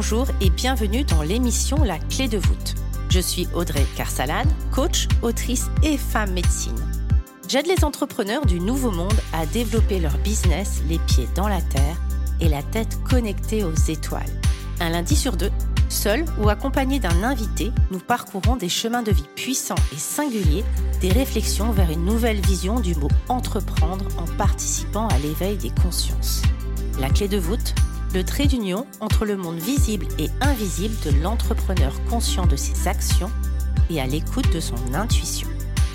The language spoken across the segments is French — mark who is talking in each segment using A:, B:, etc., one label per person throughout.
A: Bonjour et bienvenue dans l'émission La Clé de voûte. Je suis Audrey Carsalade, coach, autrice et femme médecine. J'aide les entrepreneurs du nouveau monde à développer leur business les pieds dans la terre et la tête connectée aux étoiles. Un lundi sur deux, seul ou accompagné d'un invité, nous parcourons des chemins de vie puissants et singuliers, des réflexions vers une nouvelle vision du mot entreprendre en participant à l'éveil des consciences. La clé de voûte, le trait d'union entre le monde visible et invisible de l'entrepreneur conscient de ses actions et à l'écoute de son intuition.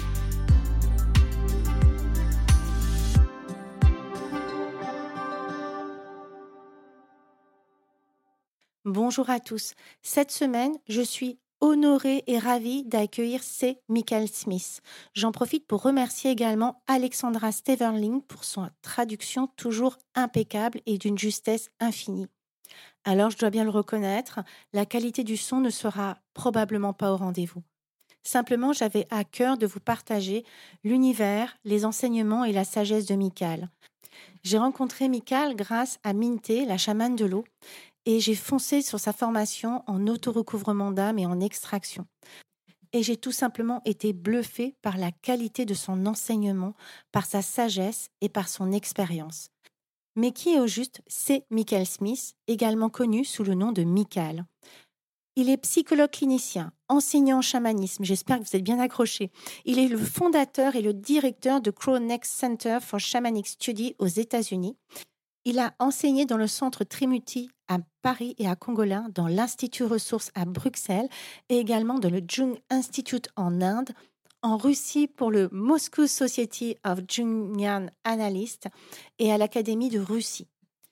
A: Bonjour à tous. Cette semaine, je suis honorée et ravie d'accueillir C. Michael Smith. J'en profite pour remercier également Alexandra Steverling pour son traduction toujours impeccable et d'une justesse infinie. Alors, je dois bien le reconnaître, la qualité du son ne sera probablement pas au rendez-vous. Simplement, j'avais à cœur de vous partager l'univers, les enseignements et la sagesse de Michael. J'ai rencontré Michael grâce à Minté, la chamane de l'eau, et j'ai foncé sur sa formation en auto-recouvrement d'âme et en extraction. Et j'ai tout simplement été bluffée par la qualité de son enseignement, par sa sagesse et par son expérience. Mais qui est au juste, c'est Michael Smith, également connu sous le nom de Michael. Il est psychologue clinicien, enseignant en chamanisme, j'espère que vous êtes bien accrochés. Il est le fondateur et le directeur de Crow Neck Center for Shamanic Study aux États-Unis. Il a enseigné dans le centre Trimuti à Paris et à Congola, dans l'Institut Ressources à Bruxelles et également dans le Jung Institute en Inde, en Russie pour le Moscow Society of Jungian Analysts et à l'Académie de Russie.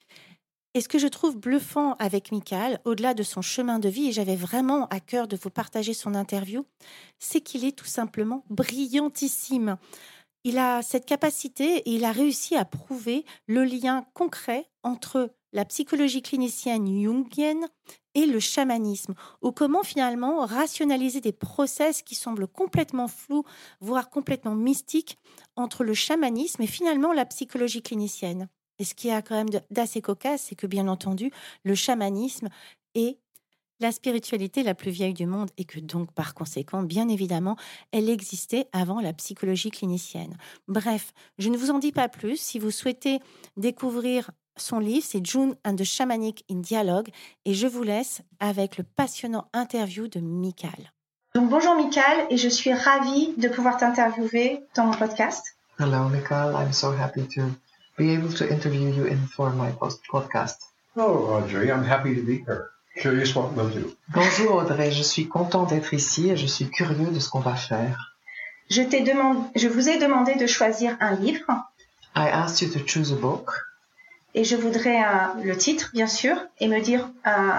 A: Et ce que je trouve bluffant avec Michael, au-delà de son chemin de vie, et j'avais vraiment à cœur de vous partager son interview, c'est qu'il est tout simplement brillantissime. Il a cette capacité et il a réussi à prouver le lien concret entre la psychologie clinicienne jungienne et le chamanisme, ou comment finalement rationaliser des process qui semblent complètement flous, voire complètement mystiques, entre le chamanisme et finalement la psychologie clinicienne. Et ce qui est quand même d'assez cocasse, c'est que bien entendu, le chamanisme est la spiritualité la plus vieille du monde et que donc, par conséquent, bien évidemment, elle existait avant la psychologie clinicienne. Bref, je ne vous en dis pas plus. Si vous souhaitez découvrir son livre, c'est Jung and the Shamanic in Dialogue et je vous laisse avec le passionnant interview de Michael. Donc bonjour Michael et je suis ravie de pouvoir t'interviewer dans mon podcast.
B: Hello Michael, I'm so happy to be able to interview you for my podcast.
C: Hello Audrey, I'm happy to be here. Curious what we'll do.
B: Bonjour Audrey, je suis content d'être ici et je suis curieux de ce qu'on va faire.
A: Je vous ai demandé de choisir un livre.
B: I asked you to choose a book.
A: Et je voudrais le titre, bien sûr, et me dire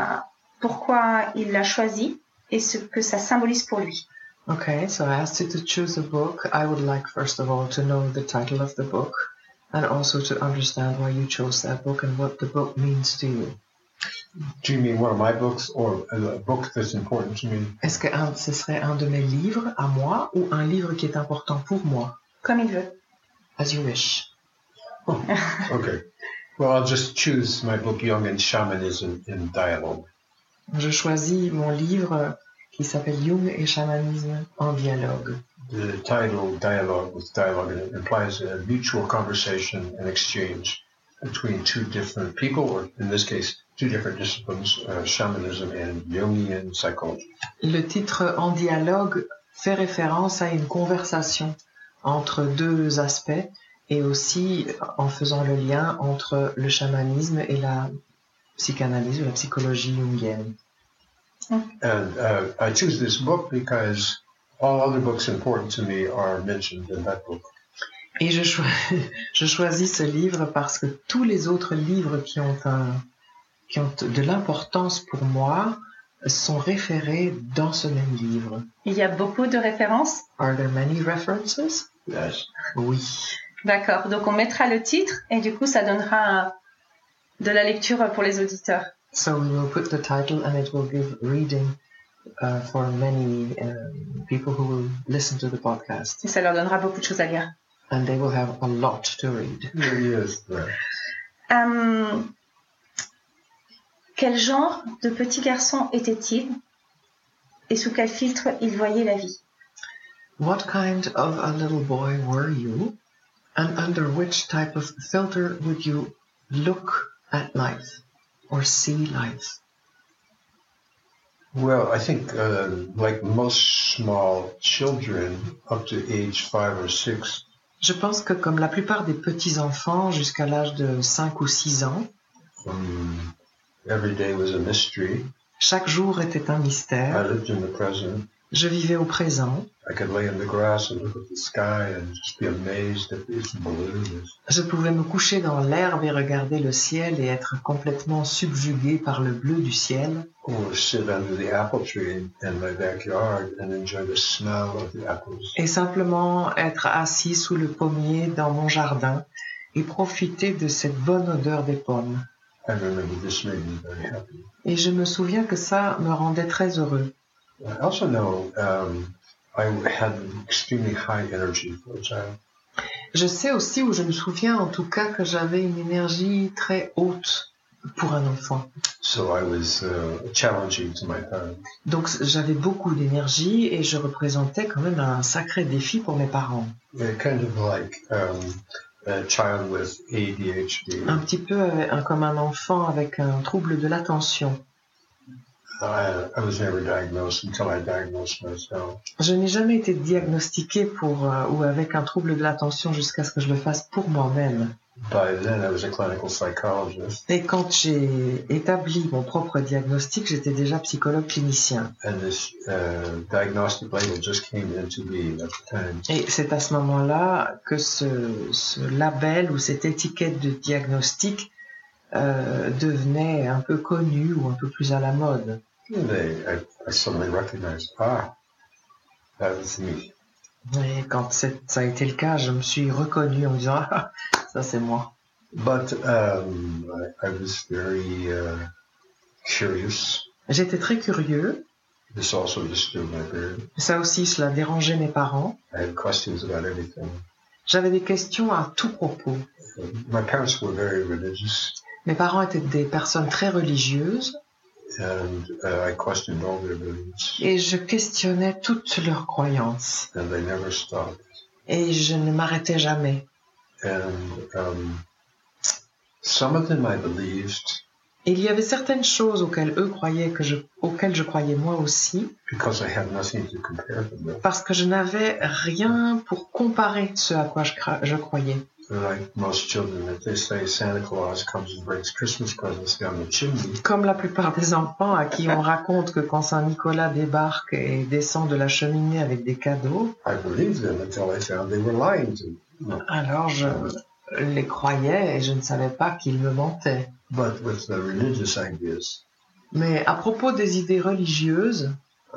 A: pourquoi il l'a choisi et ce que ça symbolise pour lui.
B: Okay, so I asked you to choose a book. I would like first of all to know the title of the book and also to understand why you chose that book and what the book means to you.
C: Do you mean one of my books or a book that's important to me?
B: Est-ce que ce serait un de mes livres à moi ou un livre qui est important pour moi?
A: Comme il veut.
B: As you wish.
C: Oh, okay. Well, I'll just choose my book, Jung and Shamanism in Dialogue.
B: Je choisis mon livre qui s'appelle Jung et Chamanisme en dialogue.
C: The title, Dialogue, with dialogue, and it implies a mutual conversation and exchange between two different people, or in this case, two different disciplines, shamanism and Jungian psychology.
B: Le titre en dialogue fait référence à une conversation entre deux aspects et aussi en faisant le lien entre le chamanisme et la psychanalyse ou la psychologie jungienne.
C: And I choose this book because all other books important to me are mentioned in that book.
B: Et je choisis ce livre parce que tous les autres livres qui ont de l'importance pour moi sont référés dans ce même livre.
A: Il y a beaucoup de références.
B: Are there many references?
C: Yes.
B: Oui.
A: D'accord, donc on mettra le titre et du coup ça donnera de la lecture pour les auditeurs.
B: So we will put the title and it will give reading for many people who will listen to the podcast.
A: Et ça leur donnera beaucoup de choses à lire.
B: And they will have a lot to read.
C: Yes. Right.
A: Quel genre de petit garçon était-il et sous quel filtre il voyait la vie?
B: What kind of a little boy were you, and under which type of filter would you look at life or see life?
C: Well, I think like most small children up to age 5 or 6,
B: Je pense que comme la plupart des petits-enfants jusqu'à l'âge de 5 ou 6 ans,
C: every day was a mystery.
B: chaque jour était un
C: I
B: mystère.
C: lived in the present.
B: Je vivais au présent.
C: I could lay in the grass and look at the sky and just be amazed at its blue.
B: Je pouvais me coucher dans l'herbe et regarder le ciel et être complètement subjugué par le bleu du ciel.
C: Or sit under the apple tree in my backyard and enjoy the smell of the apples.
B: Et simplement être assis sous le pommier dans mon jardin et profiter de cette bonne odeur des pommes.
C: I remember this made me very happy.
B: Et je me souviens que ça me rendait très heureux.
C: I also know I had extremely high energy for a child.
B: Je sais aussi, ou je me souviens en tout cas, que j'avais une énergie très haute pour un enfant.
C: So I was challenging to my parents.
B: Donc j'avais beaucoup d'énergie et je représentais quand même un sacré défi pour mes parents.
C: Kind of like a child with ADHD.
B: Un petit peu comme un enfant avec un trouble de l'attention.
C: I was never diagnosed until I diagnosed myself.
B: Je n'ai jamais été diagnostiqué ou avec un trouble de l'attention jusqu'à ce que je le fasse pour moi-même.
C: By then, I was a clinical psychologist.
B: Et quand j'ai établi mon propre diagnostic, j'étais déjà psychologue clinicien.
C: And this diagnostic label just came into being at the time.
B: Et c'est à ce moment-là que ce label ou cette étiquette de diagnostic devenait un peu connu ou un peu plus à la mode.
C: And I suddenly recognized, that was me.
B: Et quand ça a été le cas, je me suis reconnu en me disant, ça c'est moi.
C: But I was very curious.
B: J'étais très curieux.
C: This also disturbed my parents.
B: Ça aussi, cela dérangeait mes parents.
C: I had questions about everything.
B: J'avais des questions à tout propos.
C: My parents were very religious.
B: Mes parents étaient des personnes très religieuses.
C: And I questioned all their beliefs.
B: Et je questionnais toutes leurs croyances.
C: And they never stopped.
B: Et je ne m'arrêtais jamais.
C: And some of them I believed.
B: Et il y avait certaines choses auxquelles eux croyaient, auxquelles je croyais moi aussi.
C: Because I had nothing to compare them with.
B: Parce que je n'avais rien pour comparer ce à quoi je croyais.
C: Like most children, if they say Santa Claus comes and brings Christmas presents down the chimney.
B: Comme la plupart des enfants à qui on raconte que quand Saint-Nicolas débarque et descend de la cheminée avec des cadeaux,
C: I believed them until I found they were lying to me.
B: Alors je les croyais et je ne savais pas qu'ils me mentaient.
C: But with the religious ideas,
B: Mais à propos des idées religieuses,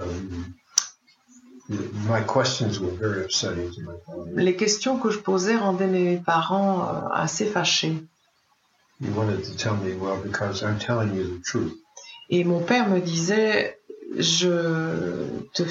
C: my questions were very upsetting to my family.
B: les questions que je posais rendaient mes parents assez fâchés.
C: He wanted to tell me, well, because I'm telling you the truth.
B: Et mon père me disait, je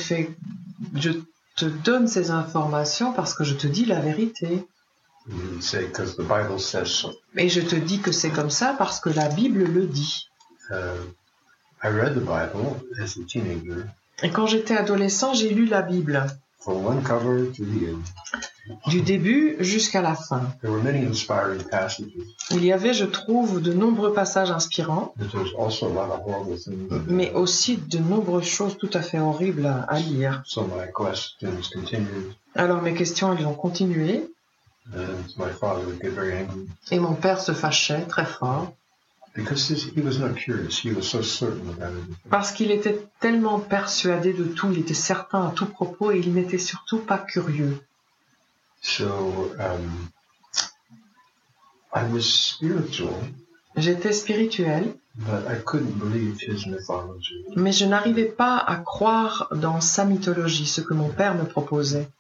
B: te donne ces informations parce que je te dis la vérité.
C: He would say, because the Bible says so.
B: Et je te dis que c'est comme ça parce que la Bible le dit.
C: I read the Bible as a teenager.
B: Et quand j'étais adolescent, j'ai lu la Bible.
C: From one cover to the end.
B: Du début jusqu'à la fin.
C: There were many inspiring passages.
B: Il y avait, je trouve, de nombreux passages inspirants,
C: But there was also a lot of horrible things.
B: mais aussi de nombreuses choses tout à fait horribles à lire.
C: So my questions continued,
B: Alors mes questions, elles ont continué,
C: and my father would get very angry
B: et mon père se fâchait très fort,
C: because he was not curious. He was so certain about it.
B: parce qu'il était tellement persuadé de tout, il était certain à tout propos, et il n'était surtout pas curieux.
C: So I was spiritual,
B: J'étais spirituel,
C: but I couldn't believe his mythology.
B: mais je n'arrivais pas à croire dans sa mythologie, ce que mon père me proposait.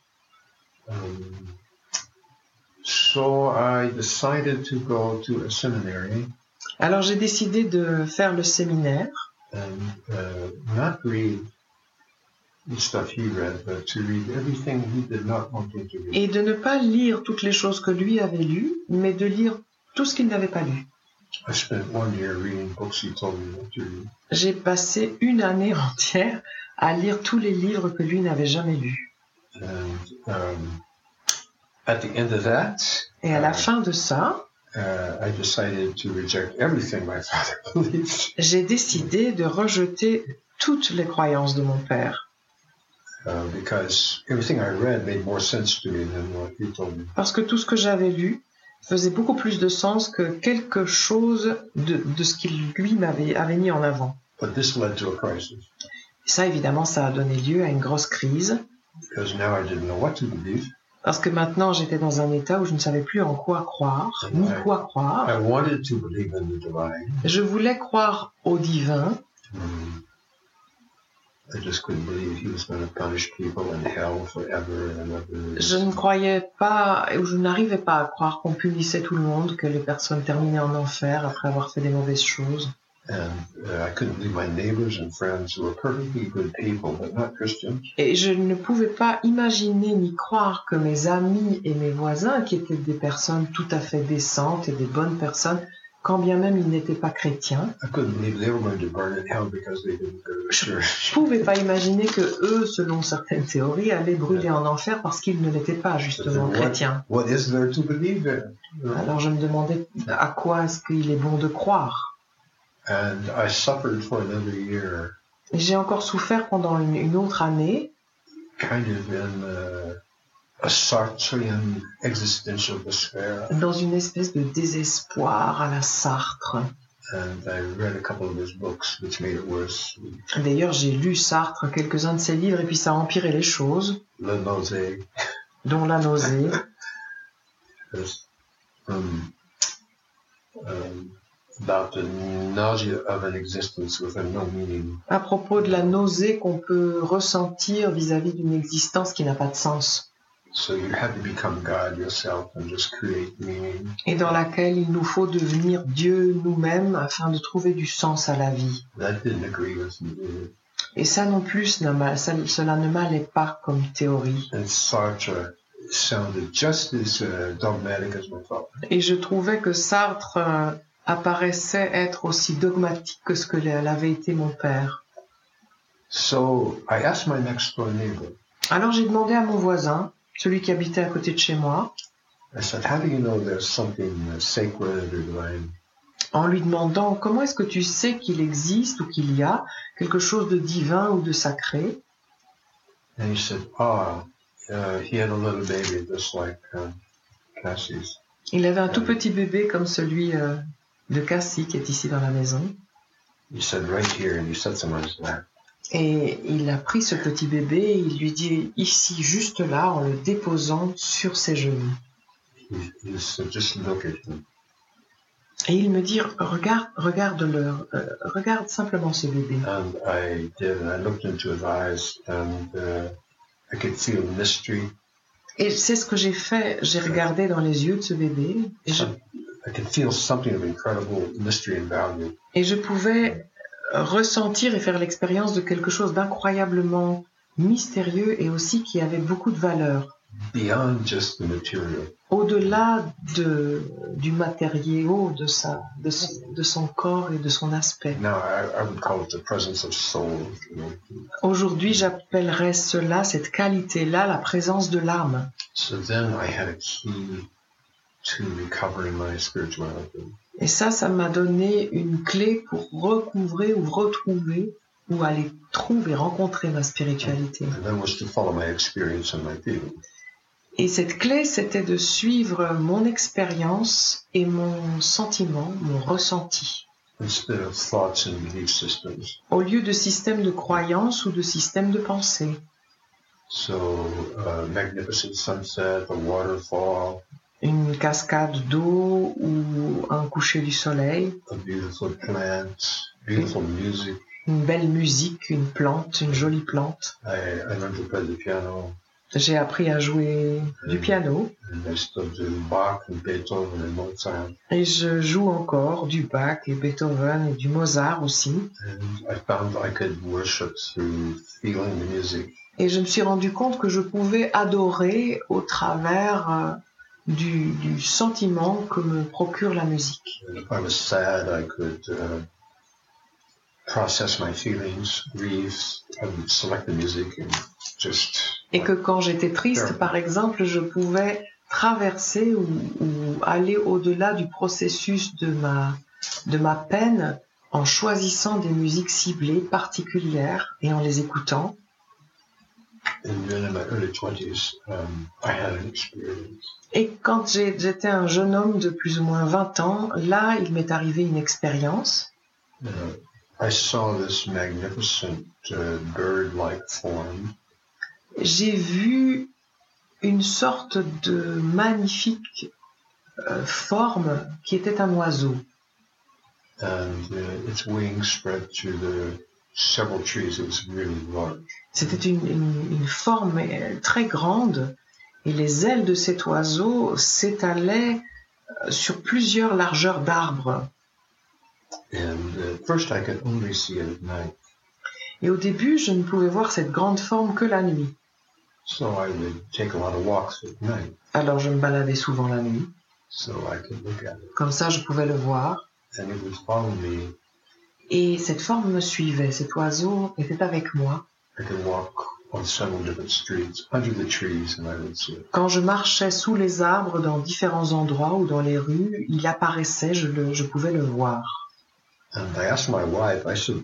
C: So I decided to go to a seminary
B: Alors j'ai décidé de faire le séminaire,
C: and not read the stuff he read, but to read everything he did not want me to read.
B: et de ne pas lire toutes les choses que lui avait lues, mais de lire tout ce qu'il n'avait pas lu.
C: I spent 1 year reading books he told me not to read.
B: J'ai passé une année entière à lire tous les livres que lui n'avait jamais lus.
C: And at the end of that,
B: Et à la fin de ça,
C: I decided to reject everything my father believed.
B: j'ai décidé de rejeter toutes les croyances de mon père.
C: Because everything I read made more sense to me than what he told me.
B: Parce que tout ce que j'avais lu faisait beaucoup plus de sens que quelque chose de ce qu'il lui avait mis en avant.
C: But this led to a crisis.
B: Et ça, évidemment, ça a donné lieu à une grosse crise.
C: Because now I didn't know what to believe.
B: Parce que maintenant, j'étais dans un état où je ne savais plus en quoi croire, ni quoi croire.
C: I wanted to believe in the divine.
B: Je voulais croire au divin.
C: I just couldn't believe he was going to punish people in hell forever and ever.
B: Je ne croyais pas, ou je n'arrivais pas à croire qu'on punissait tout le monde, que les personnes terminaient en enfer après avoir fait des mauvaises choses.
C: And I couldn't believe my neighbors and friends who were perfectly good people, but not Christians.
B: Et je ne pouvais pas imaginer ni croire que mes amis et mes voisins, qui étaient des personnes tout à fait décentes et des bonnes personnes, quand bien même ils n'étaient pas chrétiens,
C: I couldn't believe they were going to burn in hell because they didn't go to church.
B: je ne pouvais pas imaginer que eux, selon certaines théories, allaient brûler en enfer parce qu'ils ne l'étaient pas justement chrétiens.
C: What is there to believe in?
B: Alors je me demandais à quoi est-ce qu'il est bon de croire.
C: And I suffered for another year.
B: Et j'ai encore souffert pendant une autre année,
C: Kind of in a Sartrean existential despair.
B: dans une espèce de désespoir à la Sartre.
C: And I read a couple of his books, which made it worse.
B: D'ailleurs, j'ai lu Sartre, quelques-uns de ses livres, et puis ça a empiré les choses,
C: La nausée.
B: dont La nausée.
C: About the nausea of an existence with no meaning.
B: À propos de la nausée qu'on peut ressentir vis-à-vis d'une existence qui n'a pas de sens,
C: So you have to become God yourself and just create meaning.
B: et dans laquelle il nous faut devenir Dieu nous-mêmes afin de trouver du sens à la vie.
C: That didn't agree with me either.
B: Et ça non plus, cela ne m'allait pas comme théorie.
C: And Sartre sounded just as dogmatic as my father.
B: Et je trouvais que Sartre apparaissait être aussi dogmatique que ce que l'avait été mon père.
C: So I asked my next door neighbor,
B: Alors j'ai demandé à mon voisin, celui qui habitait à côté de chez moi,
C: I said, how do you know there's something sacred or divine?
B: en lui demandant comment est-ce que tu sais qu'il existe ou qu'il y a quelque chose de divin ou de sacré.
C: And he said, he had a little baby just like Cassie's.
B: Il avait un tout petit bébé comme celui de Cassie qui est ici dans la maison.
C: He said, right here, and he sets him on his lap.
B: Et il a pris ce petit bébé et il lui dit ici, juste là, en le déposant sur ses genoux.
C: He said, just look at him.
B: Et il me dit, regarde-le, regarde simplement ce bébé.
C: And I did, and I looked into his eyes, and I could feel mystery.
B: Et c'est ce que j'ai fait, j'ai regardé dans les yeux de ce bébé, et
C: I could feel something of incredible mystery and value.
B: et je pouvais ressentir et faire l'expérience de quelque chose d'incroyablement mystérieux et aussi qui avait beaucoup de valeur.
C: Beyond just the material.
B: Au-delà du matériau, de son corps et de son aspect.
C: Now I would call it the presence of soul. You know?
B: Aujourd'hui, j'appellerais cela, cette qualité-là, la présence de l'âme.
C: So then I had a key to recovering my spirituality.
B: Et ça m'a donné une clé pour recouvrer ou retrouver ou aller trouver, rencontrer ma spiritualité.
C: And that was to follow my experience and my feeling.
B: Et cette clé, c'était de suivre mon expérience et mon sentiment, mon ressenti,
C: Instead of thoughts and belief systems.
B: au lieu de systèmes de croyance ou de systèmes de pensée.
C: So, magnificent sunset, a waterfall,
B: Une cascade d'eau ou un coucher du soleil,
C: a beautiful plant, beautiful music.
B: une belle musique, une plante, une jolie plante.
C: I learned to play the piano,
B: J'ai appris à jouer du piano
C: and I still do Bach and Beethoven and Mozart.
B: et je joue encore du Bach et Beethoven et du Mozart aussi.
C: And I found I could worship through feeling the music.
B: Et je me suis rendu compte que je pouvais adorer au travers du sentiment que me procure la musique.
C: And if I was sad, I could process my feelings, grieve. I would select the music and just.
B: Et que quand j'étais triste, par exemple, je pouvais traverser ou aller au-delà du processus de ma peine en choisissant des musiques ciblées, particulières, et en les écoutant.
C: And then in my early 20s, I had an experience.
B: Et quand j'étais un jeune homme de plus ou moins 20 ans, là, il m'est arrivé une expérience.
C: I saw this magnificent bird-like form.
B: J'ai vu une sorte de magnifique forme qui était un oiseau.
C: And its wings spread to the several trees. It was really large.
B: C'était une forme très grande et les ailes de cet oiseau s'étalaient sur plusieurs largeurs d'arbres.
C: And at first I could only see it at night.
B: Et au début, je ne pouvais voir cette grande forme que la nuit.
C: So I would take a lot of walks at night.
B: Alors je me baladais souvent la nuit.
C: So I could look at it.
B: Comme ça, je pouvais le voir.
C: And it would follow me.
B: Et cette forme me suivait. Cet oiseau était avec moi.
C: I could walk on several different streets under the trees and I would see it.
B: Quand je marchais sous les arbres dans différents endroits ou dans les rues, il apparaissait, je pouvais le voir.
C: And I asked my wife, I said,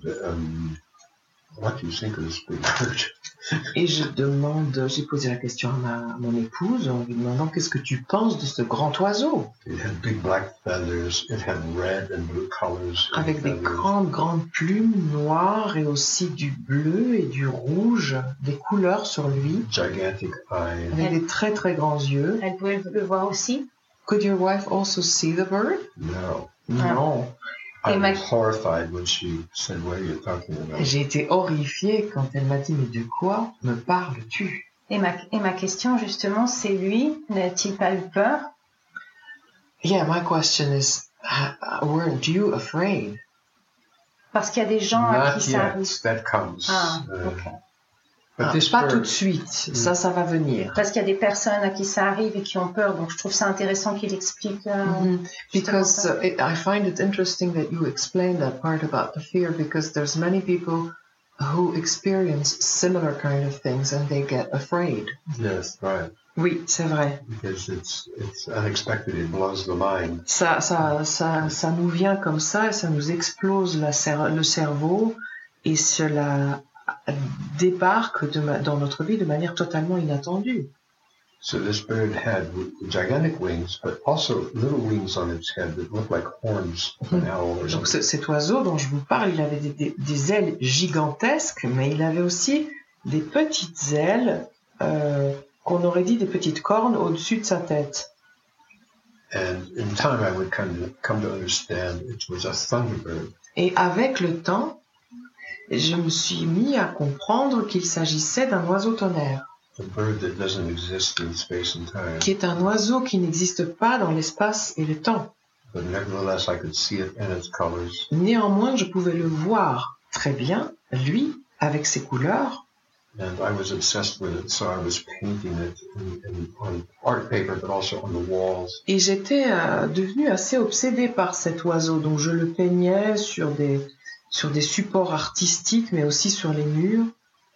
C: what do you think of this big bird?
B: Et j'ai posé la question à mon épouse en lui demandant qu'est-ce que tu penses de ce grand oiseau?
C: It had big black feathers, it had red and blue colors.
B: Avec des grandes plumes noires et aussi du bleu et du rouge, des couleurs sur lui.
C: Gigantic eyes.
B: Avec des très très grands yeux.
A: Elle pouvait le voir aussi?
B: Could your wife also see the bird?
C: No.
B: Non.
C: I was horrified when she said, what are you talking about?
B: J'ai été horrifiée quand elle m'a dit, mais de quoi me parles-tu?
A: Et ma question justement, c'est lui, n'a-t-il pas eu peur?
B: Yeah, my question is, weren't you afraid?
A: Parce qu'il y a des gens à qui ça arrive.
C: Not yet, that comes.
A: Ah, ok.
C: But this
B: pas
C: bird,
B: tout de suite, ça va venir.
A: Parce qu'il y a des personnes à qui ça arrive et qui ont peur, donc je trouve ça intéressant qu'il explique.
B: Because I find it interesting that you explain that part about the fear, because there's many people who experience similar kind of things and they get afraid.
C: Yes, right.
B: Oui, c'est vrai.
C: Because it's unexpected, it blows the mind.
B: Ça nous vient comme ça et ça nous explose le cerveau et cela débarque dans notre vie de manière totalement inattendue.
C: So this bird had gigantic wings, but also little wings on its head that looked like horns of an owl or
B: Donc
C: something.
B: cet oiseau dont je vous parle, il avait des ailes gigantesques, mais il avait aussi des petites ailes, qu'on aurait dit des petites cornes au-dessus de sa tête.
C: And in time I would come to understand it was a thunderbird.
B: Et avec le temps, je me suis mis à comprendre qu'il s'agissait d'un oiseau tonnerre,
C: A bird that doesn't exist in space and time.
B: qui est un oiseau qui n'existe pas dans l'espace et le temps.
C: But nevertheless, I could see it in its colors.
B: Néanmoins, je pouvais le voir très bien, lui, avec ses couleurs,
C: And I was obsessed with it, so I was painting it on art paper, but also on the walls.
B: et j'étais devenue assez obsédée par cet oiseau, donc je le peignais sur des supports artistiques, mais aussi sur les murs.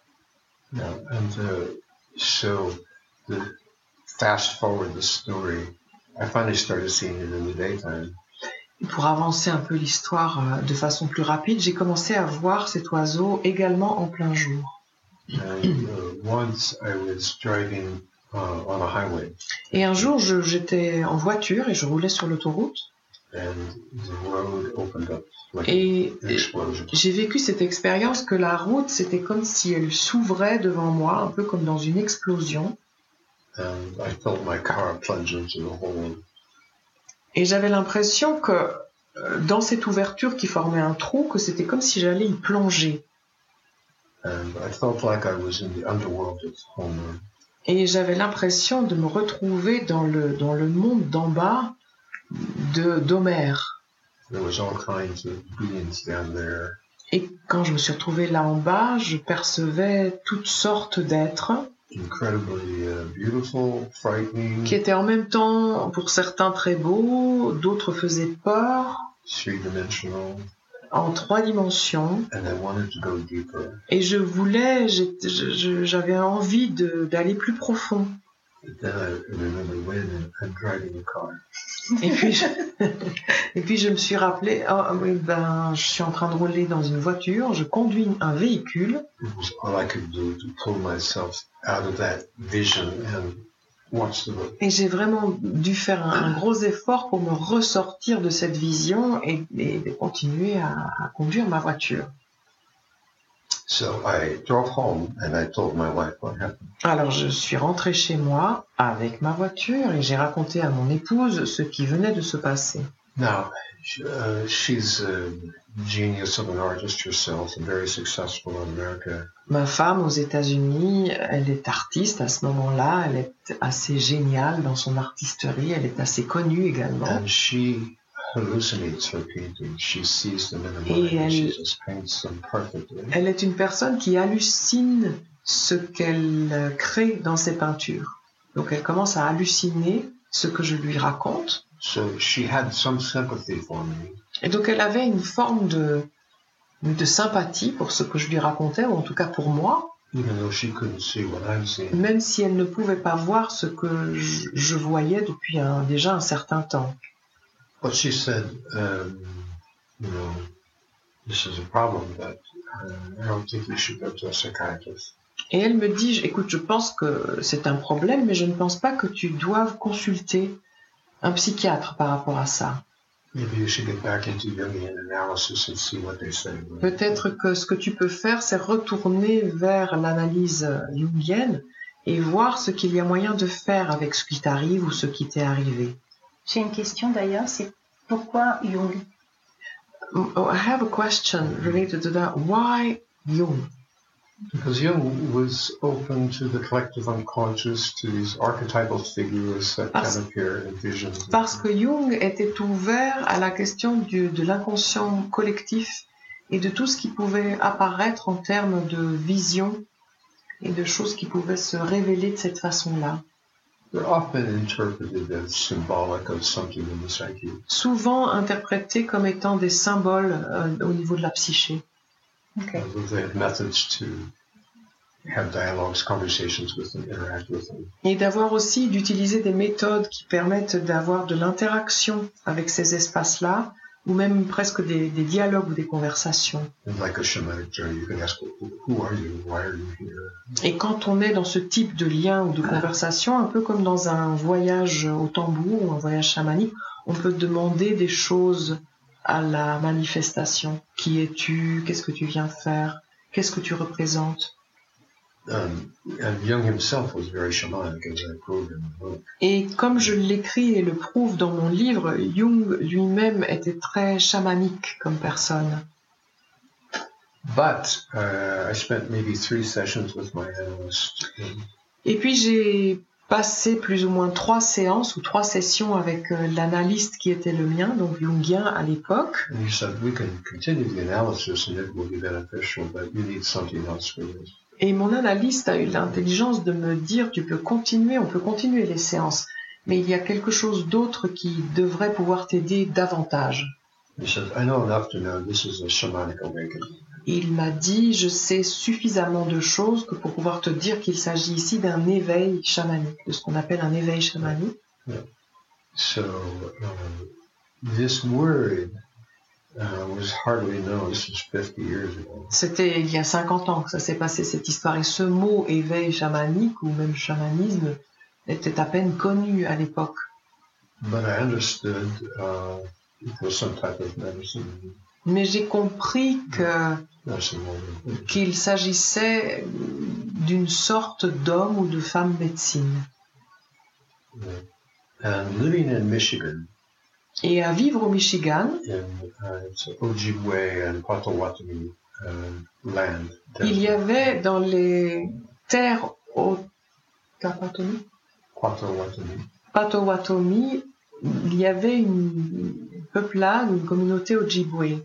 C: So the fast forward the story, I finally started seeing it in the daytime.
B: Pour avancer un peu l'histoire de façon plus rapide, j'ai commencé à voir cet oiseau également en plein jour.
C: And once I was driving on a highway,
B: Et un jour, j'étais en voiture et je roulais sur l'autoroute.
C: and the road opened up like
B: Et
C: an explosion.
B: j'ai vécu cette expérience que la route, c'était comme si elle s'ouvrait devant moi, un peu comme dans une explosion.
C: And I felt my car plunge into the hole.
B: Et j'avais l'impression que dans cette ouverture qui formait un trou, que c'était comme si j'allais y plonger.
C: And I felt like I was in the underworld of Homer.
B: Et j'avais l'impression de me retrouver dans le monde d'en bas d'Homère.
C: There was all kinds of beings down there.
B: Et quand je me suis retrouvée là en bas, je percevais toutes sortes d'êtres.
C: incredibly beautiful, frightening,
B: qui était en même temps, pour certains, très beau, d'autres faisaient peur,
C: three-dimensional,
B: en 3 dimensions.
C: and I wanted to go deeper.
B: Et j'avais envie d'aller plus profond.
C: But then I remember when I'm driving a car.
B: Et puis je me suis rappelé, oui, je suis en train de rouler dans une voiture, je conduis un véhicule.
C: It was all I could do to pull myself out of that vision and watch the road.
B: Et j'ai vraiment dû faire un gros effort pour me ressortir de cette vision et de continuer à conduire ma voiture.
C: So I drove home and I told my wife what happened.
B: Alors je suis rentrée chez moi avec ma voiture et j'ai raconté à mon épouse ce qui venait de se passer.
C: Now, she's a genius of an artist herself and very successful in America.
B: Ma femme aux États-Unis, elle est artiste à ce moment-là, elle est assez géniale dans son artisterie, elle est assez connue également.
C: And she hallucinates her paintings. She sees them in the mind and she just paints them perfectly.
B: Elle est une personne qui hallucine ce qu'elle crée dans ses peintures. Donc elle commence à halluciner ce que je lui raconte.
C: So she had some sympathy for me.
B: Et donc elle avait une forme de sympathie pour ce que je lui racontais, ou en tout cas pour moi,
C: Even though she couldn't see what I'm seeing.
B: même si elle ne pouvait pas voir ce que je voyais depuis déjà un certain temps.
C: But she said, this is a problem, but I don't think you should go to a psychiatrist.
B: Et elle me dit, écoute, je pense que c'est un problème, mais je ne pense pas que tu doives consulter un psychiatre par rapport à ça.
C: Maybe you should get back into Jungian analysis and see what they say.
B: Peut-être que ce que tu peux faire, c'est retourner vers l'analyse jungienne et voir ce qu'il y a moyen de faire avec ce qui t'arrive ou ce qui t'est arrivé.
A: J'ai une question d'ailleurs, c'est pourquoi Jung?
B: I have a question related to that. Why Jung?
C: Because Jung was open to the collective unconscious, to these archetypal figures that can appear in visions.
B: Parce que Jung était ouvert à la question de l'inconscient collectif et de tout ce qui pouvait apparaître en termes de vision et de choses qui pouvaient se révéler de cette façon-là.
C: They're often interpreted as symbolic of something in the psyche.
B: Souvent interprétés comme étant des symboles au niveau de la psyché.
A: Okay.
C: They have methods to have dialogues, conversations with them, interact with them.
B: Et d'avoir aussi d'utiliser des méthodes qui permettent d'avoir de l'interaction avec ces espaces-là, ou même presque des dialogues ou des conversations.
C: And like a shamanic journey, you can ask, who are you? Why are you here?
B: Et quand on est dans ce type de lien ou de conversation, un peu comme dans un voyage au tambour ou un voyage chamanique, on peut demander des choses à la manifestation. Qui es-tu? Qu'est-ce que tu viens faire? Qu'est-ce que tu représentes?
C: And Jung himself was very shamanic, as I proved in the book.
B: Et comme je l'écris et le prouve dans mon livre, Jung lui-même était très chamanique comme personne.
C: But I spent maybe 3 sessions with my analyst.
B: Et puis j'ai passé plus ou moins 3 séances ou 3 sessions avec l'analyste qui était le mien, donc jungien à l'époque.
C: And he said, we can continue the analysis and it will be beneficial, but you need something else for this.
B: Et mon analyste a eu l'intelligence de me dire, on peut continuer les séances, mais il y a quelque chose d'autre qui devrait pouvoir t'aider davantage.
C: He said, I know enough to know this is a shamanic awakening.
B: Il m'a dit, je sais suffisamment de choses que pour pouvoir te dire qu'il s'agit ici d'un éveil chamanique, de ce qu'on appelle un éveil chamanique.
C: Yeah. So this word was hardly known. This was 50 years ago.
B: C'était il y a 50 ans que ça s'est passé, cette histoire. Et ce mot éveil chamanique, ou même chamanisme, était à peine connu à l'époque.
C: But I understood it was some type of medicine.
B: Mais j'ai compris
C: Medicine.
B: qu'il s'agissait d'une sorte d'homme ou de femme médecine.
C: And living in Michigan,
B: Et à vivre au Michigan,
C: in Ojibwe and Potawatomi land.
B: il y avait dans les terres Potawatomi, il y avait une peuplade, une communauté Ojibwe.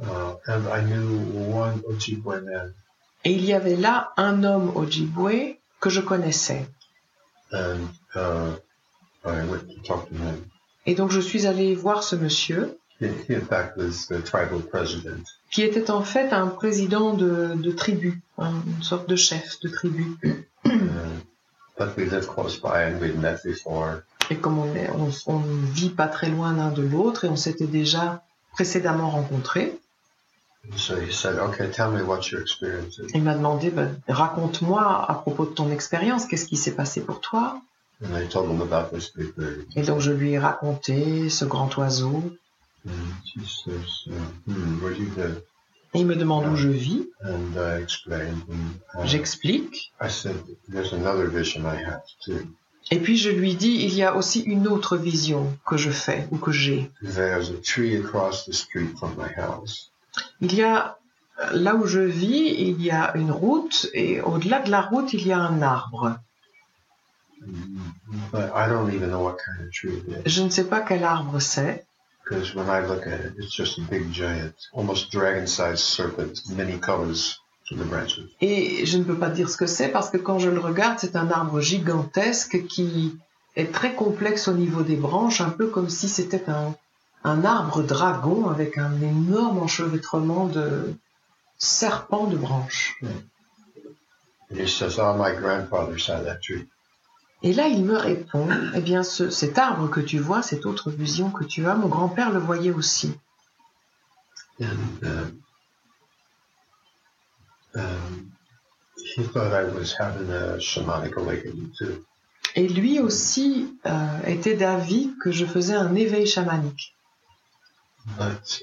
C: And I knew one Ojibwe man.
B: Et il y avait là un homme Ojibwe que je connaissais.
C: And I went to talk to him.
B: Et donc je suis allée voir ce monsieur,
C: He in fact was the tribal president.
B: qui était en fait un président de tribu, une sorte de chef de tribu.
C: But we lived close by and we'd met before.
B: Et comme on vit pas très loin l'un de l'autre et on s'était déjà précédemment rencontrés,
C: So he said, okay, tell me what your experience is.
B: il m'a demandé, raconte-moi à propos de ton expérience, qu'est-ce qui s'est passé pour toi?
C: And I told him about this big bird.
B: Et donc je lui ai raconté ce grand oiseau.
C: And he says, where do you live?
B: Et il me demande où je vis.
C: And I explained. And
B: J'explique.
C: I said, there's another vision I have too.
B: Et puis je lui dis, il y a aussi une autre vision que je fais ou que j'ai.
C: There's a tree across the street from my house.
B: Il y a, là où je vis, il y a une route et au-delà de la route, il y a un arbre.
C: But I don't even know what kind of tree it is.
B: Je ne sais pas quel arbre c'est.
C: Because when I look at it, it's just a big giant, almost dragon-sized serpent, many colors to the branches.
B: Et je ne peux pas dire ce que c'est parce que quand je le regarde, c'est un arbre gigantesque qui est très complexe au niveau des branches, un peu comme si c'était un arbre dragon avec un énorme enchevêtrement de serpents de branches.
C: And he says, oh, my grandfather saw that tree.
B: Et là, il me répond, eh bien, cet arbre que tu vois, cette autre vision que tu as, mon grand-père le voyait aussi.
C: And he thought I was having a shamanic awakening too.
B: Et lui aussi était d'avis que je faisais un éveil chamanique.
C: But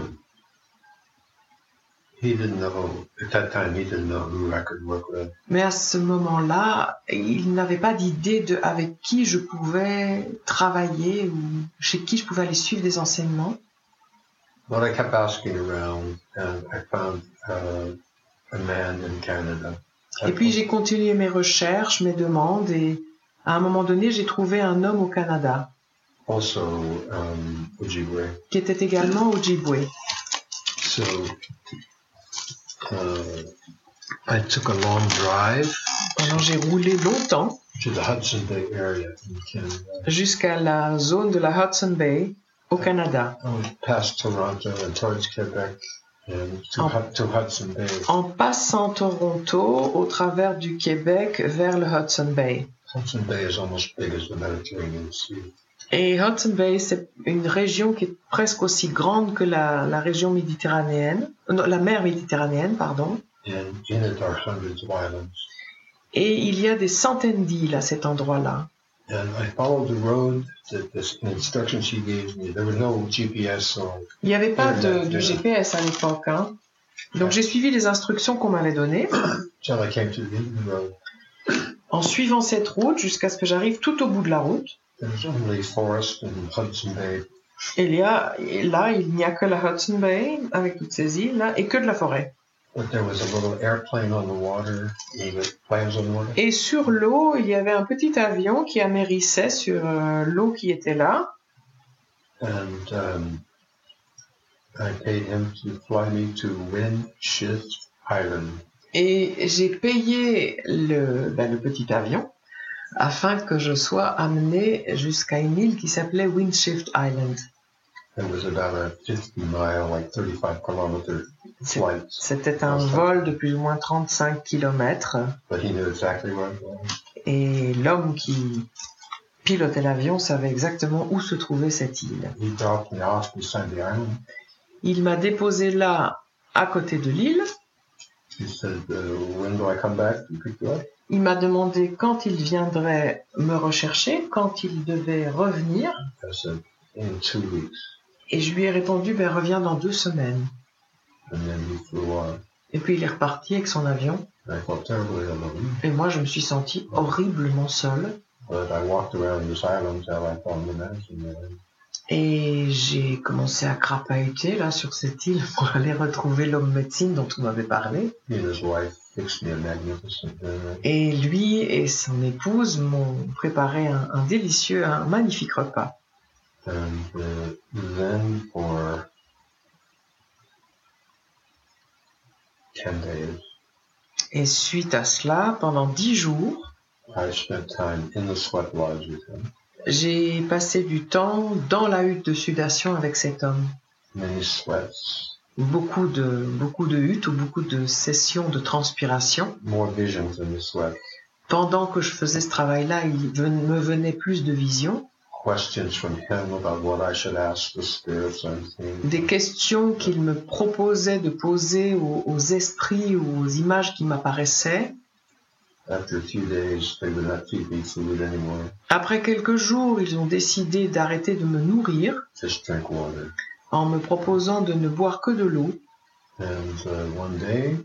C: he didn't know, at that time, he didn't know who I could work with.
B: Mais à ce moment-là, il n'avait pas d'idée de avec qui je pouvais travailler ou chez qui je pouvais aller suivre des enseignements.
C: But I kept asking around, and I found a man in Canada.
B: Et puis j'ai continué mes recherches, mes demandes, et à un moment donné, j'ai trouvé un homme au Canada
C: Also, Ojibwe.
B: qui était également Ojibwe.
C: So, I took a long drive
B: Alors j'ai roulé longtemps
C: to the Hudson Bay area in Canada.
B: jusqu'à la zone de la Hudson Bay au Canada,
C: Past Toronto and towards Quebec and to Hudson Bay.
B: en passant Toronto au travers du Québec vers le Hudson Bay.
C: Hudson Bay is almost big as the Mediterranean Sea.
B: Et Hudson Bay, c'est une région qui est presque aussi grande que la région méditerranéenne, non, la mer Méditerranéenne, pardon.
C: And in it are hundreds of islands.
B: Et il y a des centaines d'îles à cet endroit-là.
C: And I followed the road, the instructions she gave me. There was no GPS or
B: Il n'y avait pas de GPS à l'époque, hein. Donc j'ai suivi les instructions qu'on m'avait données
C: till I came to the end of the road.
B: en suivant cette route jusqu'à ce que j'arrive tout au bout de la route.
C: There's only forest in Hudson Bay.
B: Et là, il n'y a que la Hudson Bay avec toutes ces îles-là et que de la forêt.
C: But there was a little airplane on the water, with planes on the water.
B: Et sur l'eau, il y avait un petit avion qui amérissait sur l'eau qui était là.
C: And I paid him to fly me to Windshift Island.
B: Et j'ai payé le petit avion afin que je sois amené jusqu'à une île qui s'appelait Windshift Island.
C: It was about a 50-mile, like 35-kilometer flight.
B: C'était un vol de plus ou moins 35 kilomètres.
C: But he knew exactly where it was.
B: Et l'homme qui pilotait l'avion savait exactement où se trouvait cette île.
C: He dropped me off beside the island.
B: Il m'a déposé là, à côté de l'île.
C: He said, when do I come back to pick you up?
B: Il m'a demandé quand il viendrait me rechercher, quand il devait revenir.
C: I said, in 2 weeks.
B: Et je lui ai répondu, reviens dans 2 semaines.
C: And then he flew on.
B: Et puis il est reparti avec son avion.
C: And I felt terribly alone.
B: Et moi, je me suis senti horriblement seule.
C: But I walked around this island till I found the medicine man.
B: Et j'ai commencé à crapahuter là sur cette île pour aller retrouver l'homme médecine dont on m'avait parlé.
C: He and his wife fixed me a magnificent dinner.
B: Et lui et son épouse m'ont préparé un délicieux, un magnifique repas.
C: And then for 10 days,
B: Et suite à cela, pendant 10 jours,
C: I spent time in the sweat lodge with him.
B: j'ai passé du temps dans la hutte de sudation avec cet homme.
C: Many sweats,
B: Beaucoup de huttes ou beaucoup de sessions de transpiration.
C: more visions in the sweat.
B: Pendant que je faisais ce travail-là, me venait plus de visions,
C: Questions from him about what I should ask the spirits unseen.
B: des questions qu'il me proposait de poser aux esprits ou aux images qui m'apparaissaient.
C: After a few days, they would not feed me food anymore.
B: Après quelques jours, ils ont décidé d'arrêter de me nourrir
C: Just drink water.
B: en me proposant de ne boire que de l'eau.
C: And one day,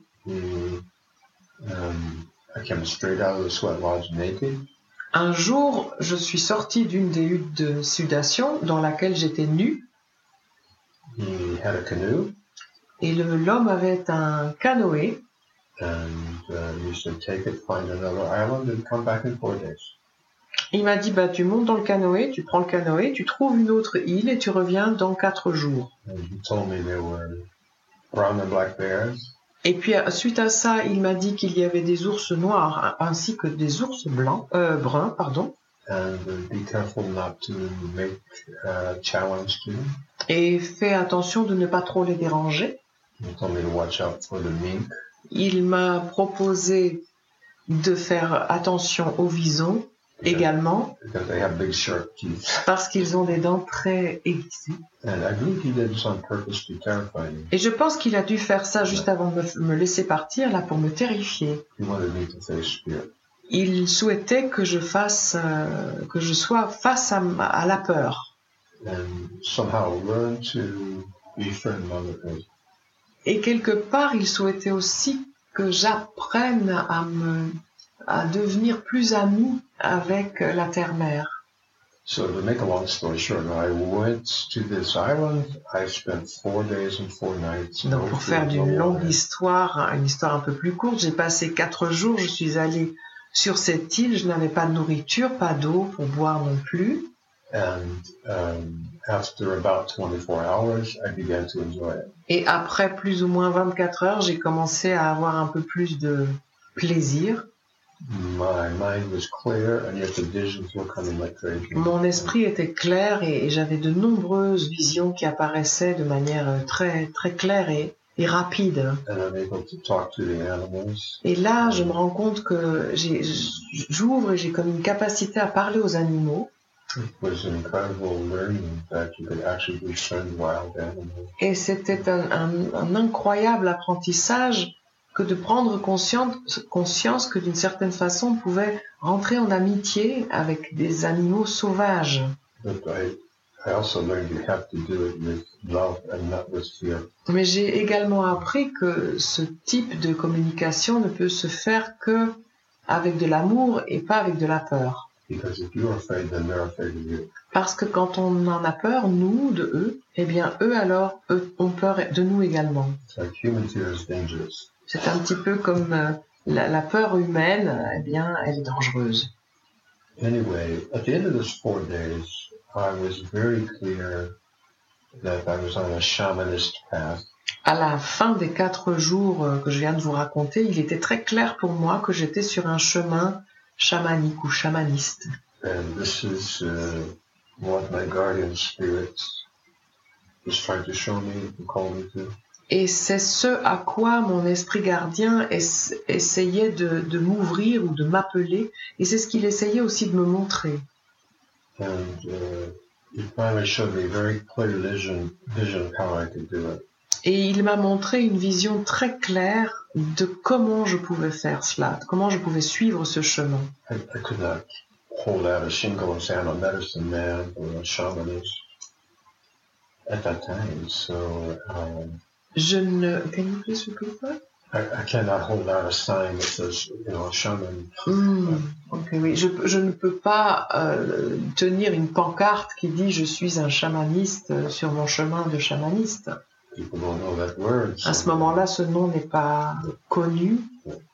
C: I came straight out of the sweat lodge naked.
B: Un jour, je suis sortie d'une des huttes de sudation dans laquelle j'étais nue
C: He had a canoe,
B: et l'homme avait un canoë.
C: and he said, take it, find another island, and come back in 4 days.
B: Il m'a dit, tu montes dans le canoë, tu prends le canoë, tu trouves une autre île et tu reviens dans 4 jours.
C: And he told me there were brown and black bears,
B: Et puis, suite à ça, il m'a dit qu'il y avait des ours noirs ainsi que des ours bruns,
C: and be careful not to make a challenge to them.
B: et fais attention de ne pas trop les déranger.
C: He told me to watch out for the mink,
B: Il m'a proposé de faire attention aux visons également
C: because they have big sharp teeth.
B: parce qu'ils ont des dents très aiguisées.
C: And I believe he did this on purpose to terrify me.
B: Et je pense qu'il a dû faire ça juste avant de me laisser partir là pour me terrifier.
C: He wanted me to face spirit.
B: Il souhaitait que je sois face à la peur
C: And somehow learn to befriend Mother Earth.
B: et quelque part il souhaitait aussi que j'apprenne à devenir plus ami avec la terre-mère.
C: So to make a long story short, I went to this island. I spent 4 days and 4 nights.
B: Donc
C: no
B: pour
C: food,
B: faire
C: no
B: d'une longue
C: water.
B: histoire, une histoire un peu plus courte, j'ai passé 4 jours, je suis allée sur cette île, je n'avais pas de nourriture, pas d'eau pour boire non plus.
C: And after about 24 hours, I began to enjoy it.
B: Et après plus ou moins 24 heures, j'ai commencé à avoir un peu plus de plaisir.
C: My mind was clear, and yet the visions were coming like crazy.
B: Mon esprit était clair et j'avais de nombreuses visions qui apparaissaient de manière très, très claire et rapide.
C: And I'm able to talk to the animals.
B: Et là, je me rends compte que j'ouvre et j'ai comme une capacité à parler aux animaux.
C: It was an incredible learning that you could actually befriend wild animals.
B: Et c'était un incroyable apprentissage que de prendre conscience que d'une certaine façon, on pouvait rentrer en amitié avec des animaux sauvages.
C: But I also learned you have to do it with love and not with fear.
B: Mais j'ai également appris que ce type de communication ne peut se faire que avec de l'amour et pas avec de la peur.
C: Because if you're afraid, then they're afraid of you.
B: Parce que quand on en a peur, nous, de eux, eh bien eux alors, ont peur de nous également.
C: It's like human fear is dangerous.
B: C'est un petit peu comme la peur humaine, eh bien, elle est dangereuse.
C: Anyway, at the end of those 4 days, I was very clear that I was on a shamanist path.
B: À la fin des 4 jours que je viens de vous raconter, il était très clair pour moi que j'étais sur un chemin chamanique ou chamaniste.
C: And this is what my guardian spirit was trying to show me and call me to.
B: Et c'est ce à quoi mon esprit gardien essayait de m'ouvrir ou de m'appeler, et c'est ce qu'il essayait aussi de me montrer.
C: And it finally showed me a very clear vision of how I could do it.
B: Et il m'a montré une vision très claire de comment je pouvais faire cela, de comment je pouvais suivre ce chemin.
C: I could not hold out a shingle and say I'm a medicine man or a shamanist at that time. So
B: Can you please repeat that?
C: I cannot hold out a sign that says, a shaman.
B: Ok, oui. Je ne peux pas tenir une pancarte qui dit je suis un chamaniste sur mon chemin de chamaniste.
C: People don't know that word.
B: À ce moment-là, ce nom n'est pas connu.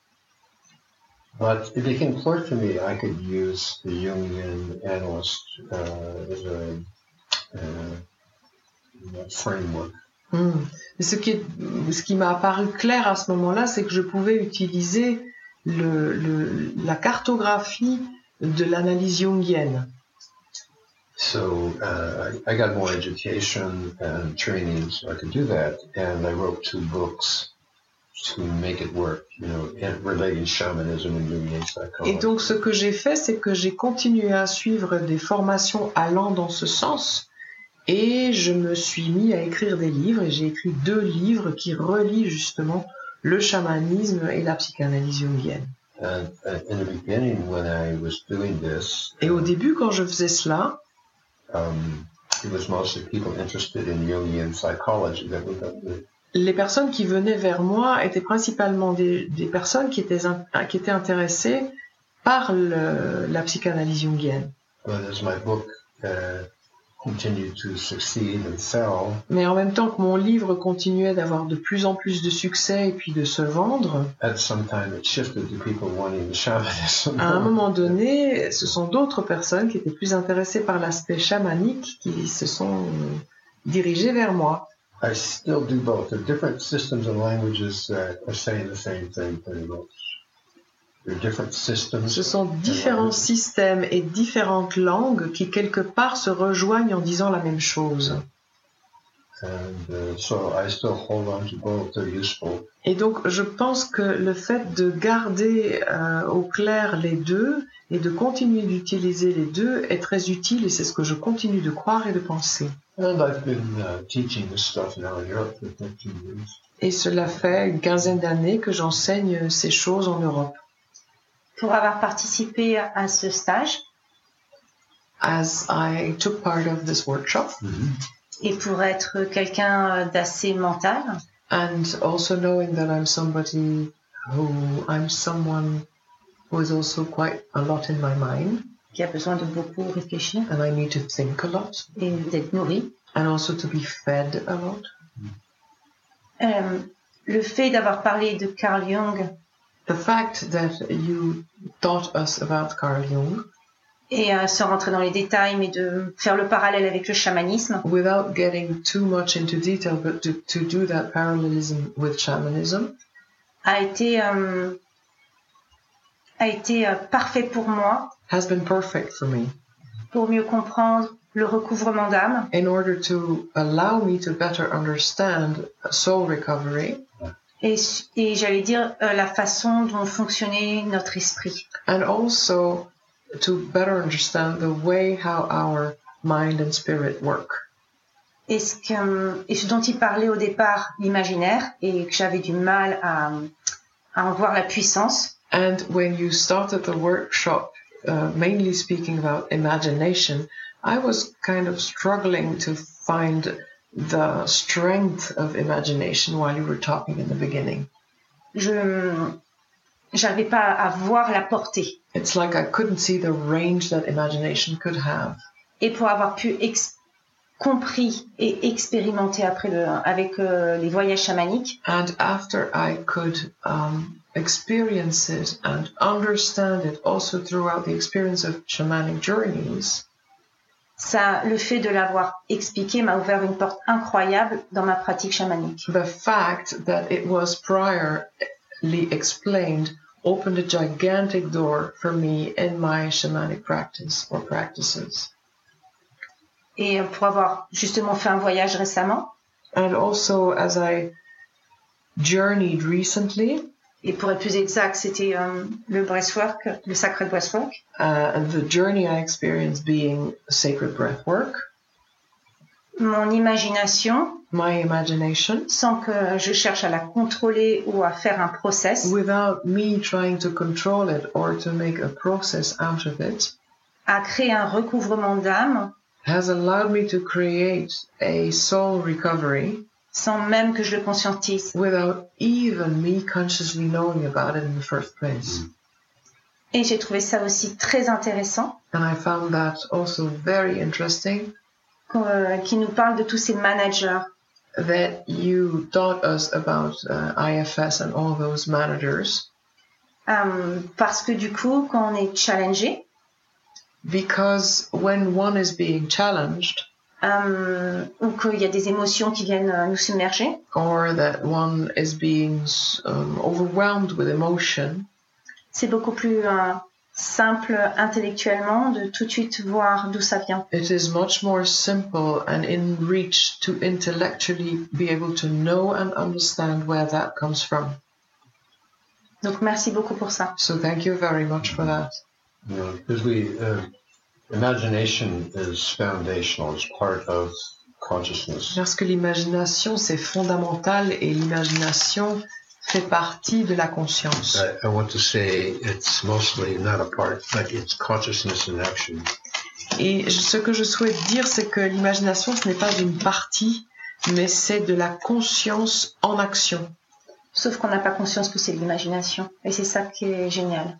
C: But it became clear to me I could use the Jungian analyst as a framework.
B: Ce qui m'a apparu clair à ce moment-là, c'est que je pouvais utiliser la cartographie de l'analyse jungienne.
C: So I got more education and training so I could do that, and I wrote 2 books to make it work, relating shamanism and Jungian psychology.
B: Et donc ce que j'ai fait, c'est que j'ai continué à suivre des formations allant dans ce sens, et je me suis mis à écrire des livres, et j'ai écrit 2 livres qui relient justement le chamanisme et la psychanalyse jungienne.
C: In the beginning, when I was doing this,
B: et au début, quand je faisais cela,
C: it was mostly people interested in Jungian psychology that would
B: les personnes qui venaient vers moi étaient principalement des personnes qui étaient intéressées par la psychanalyse jungienne.
C: But as my book continued to succeed and sell,
B: mais en même temps que mon livre continuait d'avoir de plus en plus de succès et puis de se vendre,
C: at some time it shifted to people wanting the shamanism.
B: À un moment donné, ce sont d'autres personnes qui étaient plus intéressées par l'aspect chamanique qui se sont dirigées vers moi.
C: I still do both. The different systems and languages are saying the same thing pretty much.
B: Ce sont différents systèmes et différentes langues qui quelque part se rejoignent en disant la même chose. Et donc je pense que le fait de garder au clair les deux et de continuer d'utiliser les deux est très utile, et c'est ce que je continue de croire et de penser. Et cela fait une quinzaine d'années que j'enseigne ces choses en Europe.
A: Pour avoir participé à ce stage,
B: as I took part of this workshop,
A: et pour être quelqu'un d'assez mental,
B: and also knowing that I'm someone who is also quite a lot in my mind,
A: qui a besoin de beaucoup réfléchir,
B: and I need to think a lot,
A: et d'être nourri,
B: and also to be fed a lot.
A: Le fait d'avoir parlé de Carl Jung,
B: the fact that you taught us about Carl Jung,
A: et sans rentrer dans les détails, mais de faire le parallèle avec le chamanisme,
B: without getting too much into detail, but to do that parallelism with shamanism,
A: a été parfait pour moi,
B: has been perfect for me,
A: pour mieux comprendre le recouvrement d'âme,
B: in order to allow me to better understand soul recovery,
A: et j'allais dire la façon dont fonctionnait notre esprit.
B: And also to better understand the way how our mind and spirit work.
A: Et ce dont il parlait au départ, l'imaginaire, et que j'avais du mal à en voir la puissance.
B: And when you started the workshop, mainly speaking about imagination, I was kind of struggling to find the strength of imagination while you were talking in the beginning.
A: J'arrivais pas à voir la portée.
B: It's like I couldn't see the range that imagination could have.
A: Et pour avoir pu compris et expérimenter avec les voyages chamaniques.
B: And after I could experience it and understand it also throughout the experience of shamanic journeys,
A: ça, le fait de l'avoir expliqué m'a ouvert une porte incroyable dans ma pratique chamanique.
B: The fact that it was priorly explained opened a gigantic door for me in my shamanic practice or practices.
A: Et pour avoir justement fait un voyage récemment.
B: And also as I journeyed recently.
A: Et pour être plus exact, c'était le breathwork, le sacred breathwork.
B: The journey I experienced being sacred breathwork.
A: Mon imagination.
B: My imagination.
A: Sans que je cherche à la contrôler ou à faire un process.
B: Without me trying to control it or to make a process out of it.
A: A créé un recouvrement d'âme.
B: Has allowed me to create a soul recovery.
A: Sans même que je le conscientise.
B: Without even me consciously knowing about it in the first place.
A: Et j'ai trouvé ça aussi très intéressant.
B: And I found that also very interesting.
A: Qui nous parle de tous ces managers.
B: That you taught us about IFS and all those managers.
A: Parce que du coup, quand on est challengé.
B: Because when one is being challenged.
D: ou qu'il y a des émotions qui viennent nous submerger.
B: or that one is being overwhelmed with emotion.
D: C'est beaucoup plus simple intellectuellement de tout de suite voir d'où ça vient.
B: It is much more simple and in reach to intellectually be able to know and understand where that comes from.
D: Donc merci beaucoup pour ça.
B: So thank you very much for that.
C: Because imagination is foundational, it's part of consciousness.
B: Parce que l'imagination, c'est fondamental et l'imagination fait partie de la conscience.
C: I want to say it's mostly not a part, like it's consciousness in action.
B: Et ce que je souhaite dire, c'est que l'imagination, ce n'est pas une partie, mais c'est de la conscience en action.
D: Sauf qu'on n'a pas conscience que c'est de l'imagination. Et c'est ça qui est génial.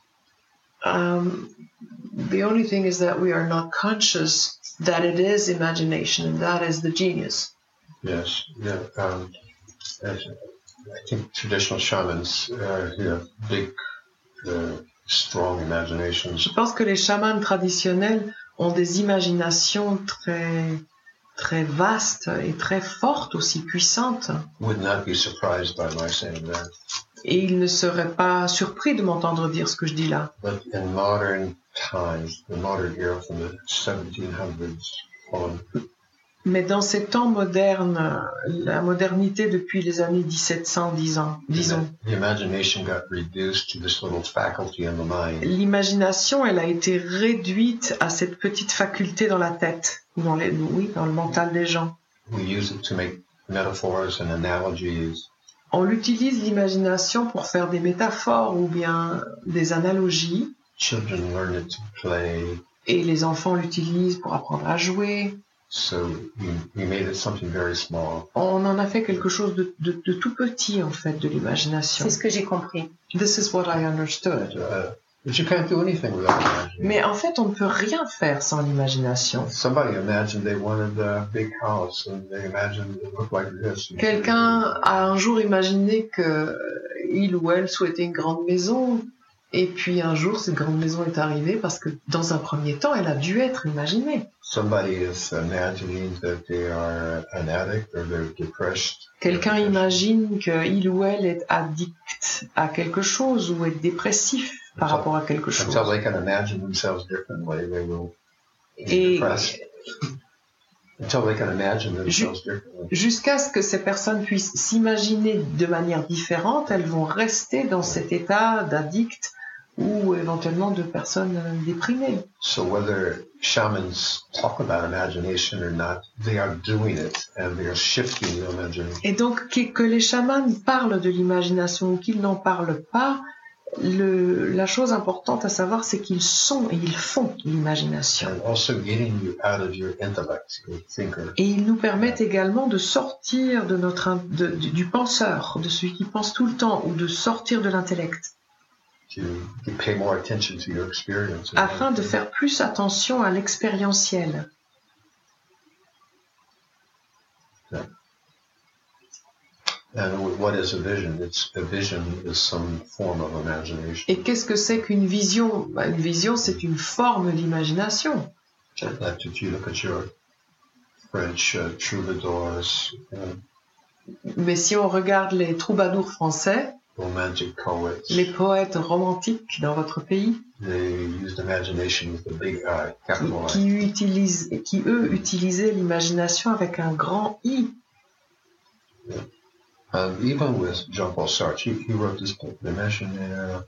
B: The only thing is that we are not conscious that it is imagination, and that is the genius.
C: Yes, yeah. I think traditional shamans have big, strong imaginations.
B: Je pense que les chamans traditionnels ont des imaginations très vastes et très fortes, aussi puissantes.
C: Would not be surprised by my saying that.
B: Et ils ne seraient pas surpris de m'entendre dire ce que je dis là.
C: But in modern times, the modern era from the 1700s on,
B: Mais dans ces temps modernes, la modernité depuis les années 1700, disons,
C: the imagination got reduced to this little faculty in the mind.
B: l'imagination, elle a été réduite à cette petite faculté dans la tête, ou dans le mental des gens.
C: We use it to make metaphors and analogies.
B: On utilise l'imagination pour faire des métaphores ou bien des analogies,
C: Children learn it to play.
B: et les enfants l'utilisent pour apprendre à jouer.
C: So we made it something very small.
B: On en a fait quelque chose de tout petit, en fait, de l'imagination.
D: C'est ce que j'ai compris.
B: This is what I understood.
C: But you can't do anything without imagining.
B: Mais en fait, on ne peut rien faire sans l'imagination.
C: Somebody imagined they wanted a big house and they imagined it looked like this.
B: Quelqu'un a un jour imaginé que il ou elle souhaitait une grande maison, et puis un jour, cette grande maison est arrivée parce que dans un premier temps, elle a dû être imaginée.
C: Somebody is imagining that they are an addict or they're depressed.
B: Quelqu'un imagine qu'il ou elle est addict à quelque chose ou est dépressif par rapport à quelque chose.
C: Until they can imagine themselves differently, they will be
B: Et
C: depressed. Until they can imagine themselves differently.
B: jusqu'à ce que ces personnes puissent s'imaginer de manière différente, elles vont rester dans cet état d'addict ou éventuellement de personnes déprimées.
C: So whether shamans talk about imagination or not, they are doing it and they are shifting the imagination.
B: Et donc, que les chamans parlent de l'imagination ou qu'ils n'en parlent pas, la chose importante à savoir, c'est qu'ils sont et ils font l'imagination.
C: And also getting you out of your intellect, your thinker.
B: Et ils nous permettent également de sortir de du penseur, de celui qui pense tout le temps, ou de sortir de l'intellect,
C: To pay more attention to your experience.
B: afin de faire plus attention à l'expérientiel.
C: And what is a vision? A vision is some form of imagination.
B: Et qu'est-ce que c'est qu'une vision? Une vision, c'est une forme d'imagination.
C: That if you look at your French troubadours,
B: Mais si on regarde les troubadours français,
C: romantic poets,
B: les poètes romantiques dans votre pays,
C: they used imagination with a big I, capital I.
B: qui eux utilisaient l'imagination avec un grand I.
C: And even with Jean-Paul Sartre, he wrote this book, L'Imaginaire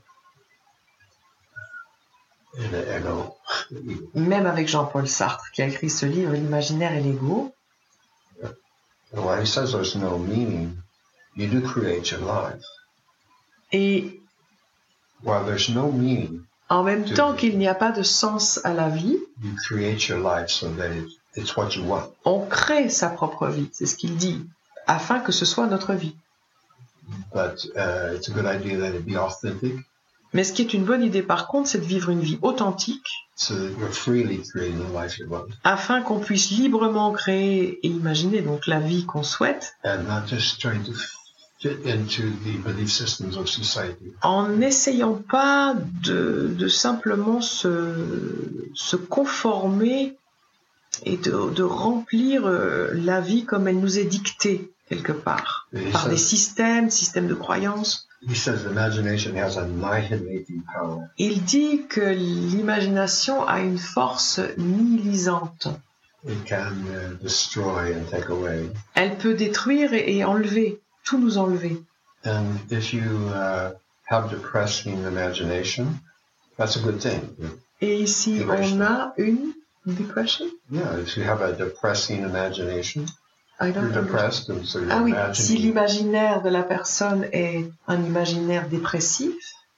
C: et l'Ego.
B: Même avec Jean-Paul Sartre, qui a écrit ce livre, L'imaginaire et l'ego.
C: And while he says there's no meaning, you do create your life.
B: Et
C: While there's no meaning,
B: en même temps qu'il n'y a pas de sens à la vie,
C: you create your life so that it's what you want.
B: on crée sa propre vie, c'est ce qu'il dit, afin que ce soit notre vie.
C: But it's a good idea that it be authentic,
B: Mais ce qui est une bonne idée par contre, c'est de vivre une vie authentique,
C: so that you're freely creating the life you want,
B: afin qu'on puisse librement créer et imaginer donc la vie qu'on souhaite,
C: and not just trying to fit into the belief systems of society.
B: en n'essayant pas de simplement se conformer et de remplir la vie comme elle nous est dictée quelque part, par des systèmes de croyances.
C: He says imagination has annihilating power.
B: Il dit que l'imagination a une force nihilisante.
C: It can destroy and take away.
B: Elle peut détruire et enlever, tout nous enlever.
C: And if you have depressing imagination, that's a good thing.
B: Et ici, on a une depression.
C: Yeah, if you have a depressing imagination,
B: I don't
C: you're depressed, and so you're
B: oui,
C: imagining.
B: si l'imaginaire de la personne est un imaginaire dépressif,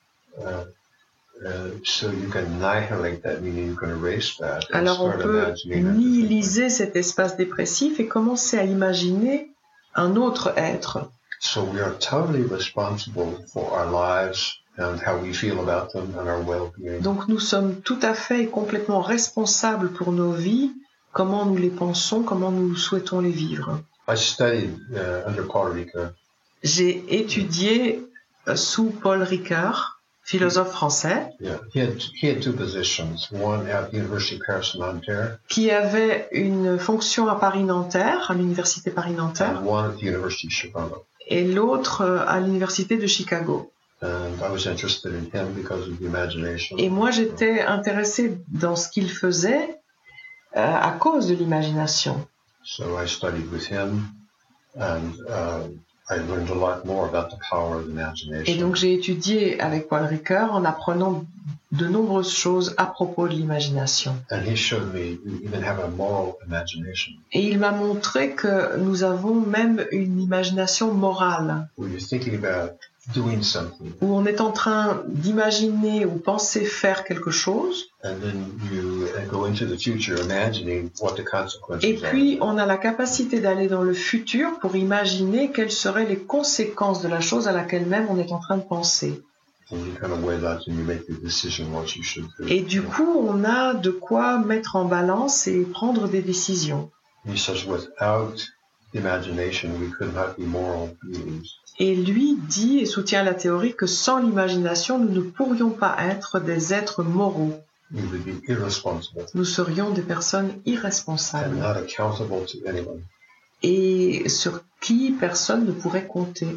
C: so you can annihilate that, meaning you can erase that. And
B: alors on
C: start
B: peut
C: imagining it
B: nihiliser cet espace dépressif et commencer à imaginer un autre être.
C: So we are totally responsible for our lives and how we feel about them and our well-being.
B: Donc nous sommes tout à fait et complètement responsables pour nos vies, comment nous les pensons, comment nous souhaitons les vivre.
C: I studied under Paul Ricoeur.
B: J'ai étudié sous Paul Ricoeur, philosophe français,
C: Yeah, he had two positions. One at the University of Paris-Nanterre,
B: qui avait une fonction à Paris-Nanterre, à l'université Paris-Nanterre,
C: and one at the University of Chicago.
B: et l'autre à l'université de Chicago.
C: And I was interested in him because of the imagination.
B: Et moi, j'étais intéressée dans ce qu'il faisait à cause de l'imagination.
C: So I studied with him, and I learned a lot more about the power of imagination.
B: Et donc, j'ai étudié avec Paul Ricoeur en apprenant de nombreuses choses à propos de l'imagination.
C: And he showed me we even have a moral imagination.
B: Et il m'a montré que nous avons même une imagination morale,
C: Where you're thinking about doing something,
B: où on est en train d'imaginer ou penser faire quelque chose,
C: and then you go into the future imagining what the consequences
B: et puis
C: are.
B: on a la capacité d'aller dans le futur pour imaginer quelles seraient les conséquences de la chose à laquelle même on est en train de penser.
C: And you kind of weigh that and you make the decision what you should do.
B: Et du coup, on a de quoi mettre en balance et prendre des décisions.
C: He says without imagination we could not be moral beings.
B: Et lui dit et soutient la théorie que sans l'imagination, nous ne pourrions pas être des êtres moraux.
C: We would be irresponsible
B: Nous serions des personnes
C: and
B: irresponsables
C: not accountable to anyone.
B: et sur qui personne ne pourrait compter.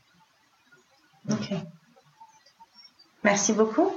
D: Ok. Merci beaucoup.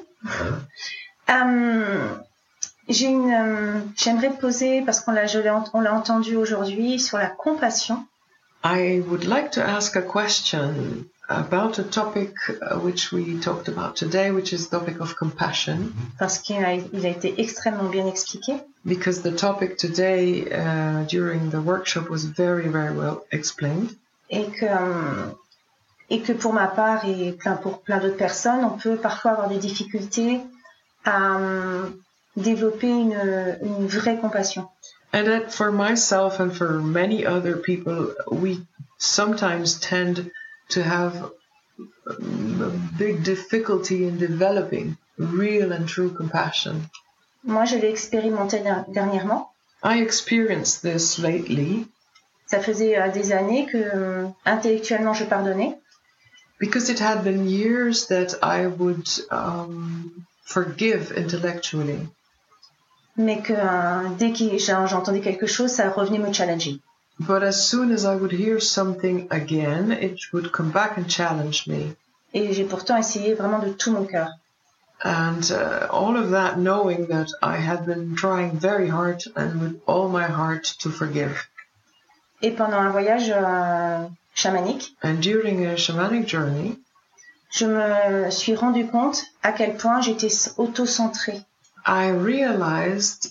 D: J'aimerais poser, parce on l'a entendu aujourd'hui, sur la compassion.
B: I would like to ask a question about a topic which we talked about today, which is the topic of compassion.
D: Parce qu'il a été extrêmement bien expliqué.
B: Because the topic today during the workshop was very, very well explained.
D: Et que pour ma part et pour plein d'autres personnes, on peut parfois avoir des difficultés à développer une vraie compassion.
B: And that for myself and for many other people, we sometimes tend to have a big difficulty in developing real and true compassion.
D: Moi, je l'ai expérimenté dernièrement.
B: I experienced this lately.
D: Ça faisait des années que intellectuellement je pardonnais.
B: Because it had been years that I would forgive intellectually.
D: Mais que dès que j'entendais quelque chose, ça revenait me challenger.
B: But as soon as I would hear something again, it would come back and challenge me.
D: Et j'ai pourtant essayé vraiment de tout mon cœur.
B: And all of that knowing that I had been trying very hard and with all my heart to forgive.
D: Et pendant un voyage chamanique,
B: And during a shamanic journey,
D: je me suis rendu compte à quel point j'étais auto-centrée.
B: I realized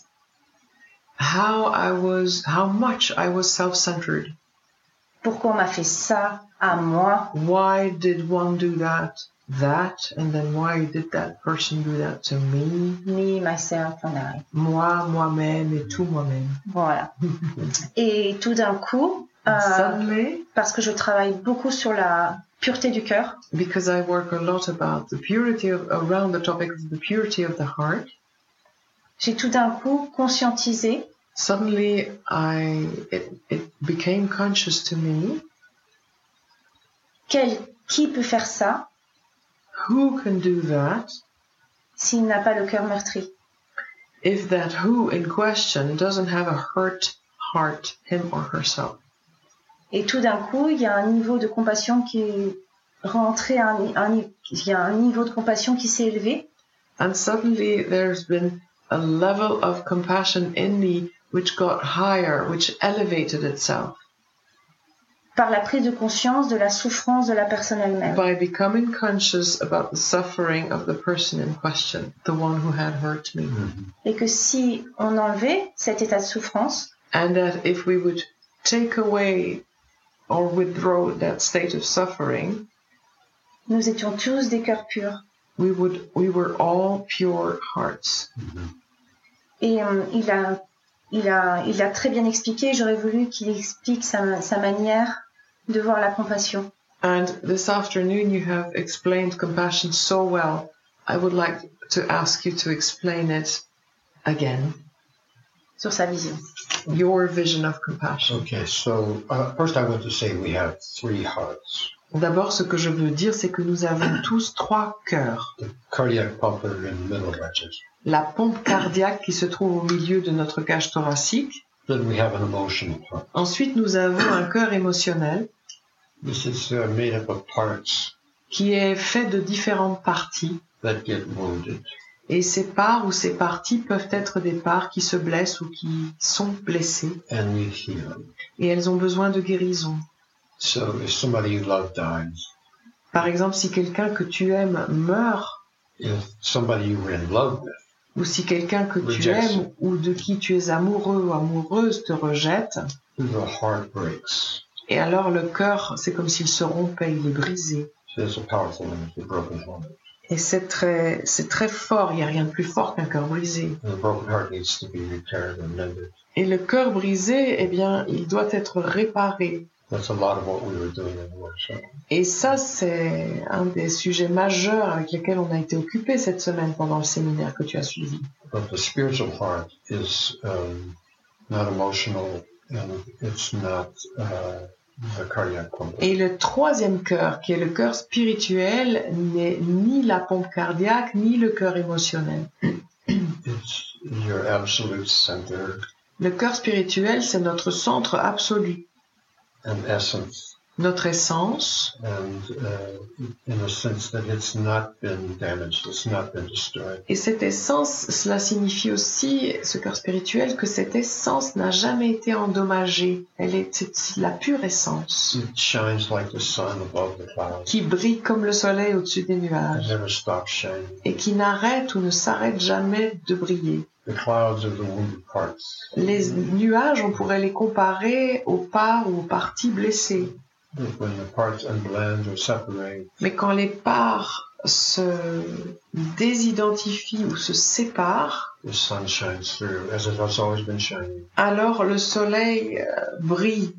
B: how much I was self-centered.
D: Pourquoi on m'a fait ça à moi?
B: Why did one do that, and then why did that person do that to me?
D: Me, myself, and I.
B: Moi, moi-même et tout moi-même.
D: Voilà. Et tout d'un coup,
B: Suddenly,
D: parce que je travaille beaucoup sur la pureté du cœur,
B: because I work a lot about the purity around the topic of the purity of the heart,
D: j'ai tout d'un coup conscientisé
B: suddenly it became conscious to me.
D: Qui peut faire ça?
B: Who can do that?
D: S'il n'a pas le cœur meurtri?
B: if that who in question doesn't have a hurt heart, him or herself.
D: Et tout d'un coup, il y a un niveau de compassion qui est rentré, il y a un niveau de compassion qui s'est élevé.
B: And suddenly there's been a level of compassion in me which got higher, which elevated itself.
D: Par la prise de conscience de la souffrance de la personne elle-même.
B: By becoming conscious about the suffering of the person in question, the one who had hurt me.
D: Et que si on enlevait cet état de souffrance,
B: And that if we would take away or withdraw that state of suffering,
D: nous étions tous des cœurs purs.
B: we were all pure hearts.
D: Et il a très bien expliqué. J'aurais voulu qu'il explique sa manière de voir la compassion.
B: And this afternoon you have explained compassion so well. I would like to ask you to explain it again.
D: Sur sa vision.
B: Your vision of compassion.
C: Okay, so first I want to say we have 3 hearts.
B: D'abord, ce que je veux dire, c'est que nous avons tous 3 cœurs.
C: The cardiac pump in the middle of our chest.
B: La pompe cardiaque qui se trouve au milieu de notre cage thoracique.
C: Then we have an emotional heart.
B: Ensuite, nous avons un cœur émotionnel.
C: This is made up of parts
B: qui est fait de différentes parties.
C: that get wounded.
B: Et ces parts ou ces parties peuvent être des parts qui se blessent ou qui sont blessées.
C: And we heal.
B: Et elles ont besoin de guérison.
C: So if somebody you love dies,
B: Par exemple, si quelqu'un que tu aimes meurt,
C: if somebody you were in love with,
B: ou si quelqu'un que tu
C: Rejection.
B: aimes ou de qui tu es amoureux ou amoureuse te rejette,
C: the heart breaks.
B: et alors le cœur, c'est comme s'il se rompait, il est brisé.
C: So it's a powerful image, the broken heart.
B: Et c'est très fort, il n'y a rien de plus fort qu'un cœur brisé.
C: And the broken heart needs to be repaired and mended.
B: Et le cœur brisé, eh bien, il doit être réparé.
C: That's a lot of what we were doing in the workshop.
B: Et ça, c'est un des sujets majeurs avec lesquels on a été occupé cette semaine pendant le séminaire que tu as suivi.
C: But the spiritual heart is not emotional and it's not the cardiac pump.
B: Et le troisième cœur, qui est le cœur spirituel, n'est ni la pompe cardiaque, ni le cœur émotionnel.
C: It's your absolute center
B: Le cœur spirituel, c'est notre centre absolu,
C: and essence.
B: notre essence,
C: And in the sense that it's not been damaged, it's not been destroyed.
B: et cette essence, cela signifie aussi, ce cœur spirituel, que cette essence n'a jamais été endommagée. C'est la pure essence,
C: It shines like the sun above the clouds.
B: qui brille comme le soleil au-dessus des
C: It
B: nuages,
C: never stops shining.
B: et qui n'arrête ou ne s'arrête jamais de briller.
C: The clouds are the wounded parts.
B: Les nuages, on pourrait les comparer aux parts ou aux parties blessées.
C: When the parts unblend or separate,
B: Mais quand les parts se désidentifient ou se séparent,
C: the sun shines through, as it has always been shining.
B: alors le soleil brille,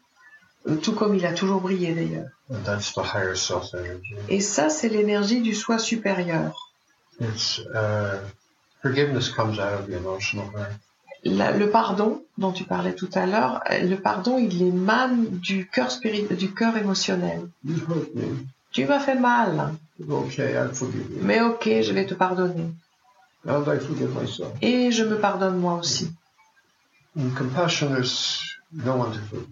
B: tout comme il a toujours brillé d'ailleurs.
C: And that's the higher self energy.
B: Et ça, c'est l'énergie du soi supérieur.
C: It's forgiveness comes out of the emotional heart.
B: Le pardon dont tu parlais tout à l'heure, le pardon, il émane du cœur émotionnel.
C: You hurt me.
B: Tu m'as fait mal,
C: Okay, I forgive you.
B: mais ok, je vais te pardonner.
C: And I forgive myself.
B: Et je me pardonne moi aussi.
C: In compassion, there's no one to forgive.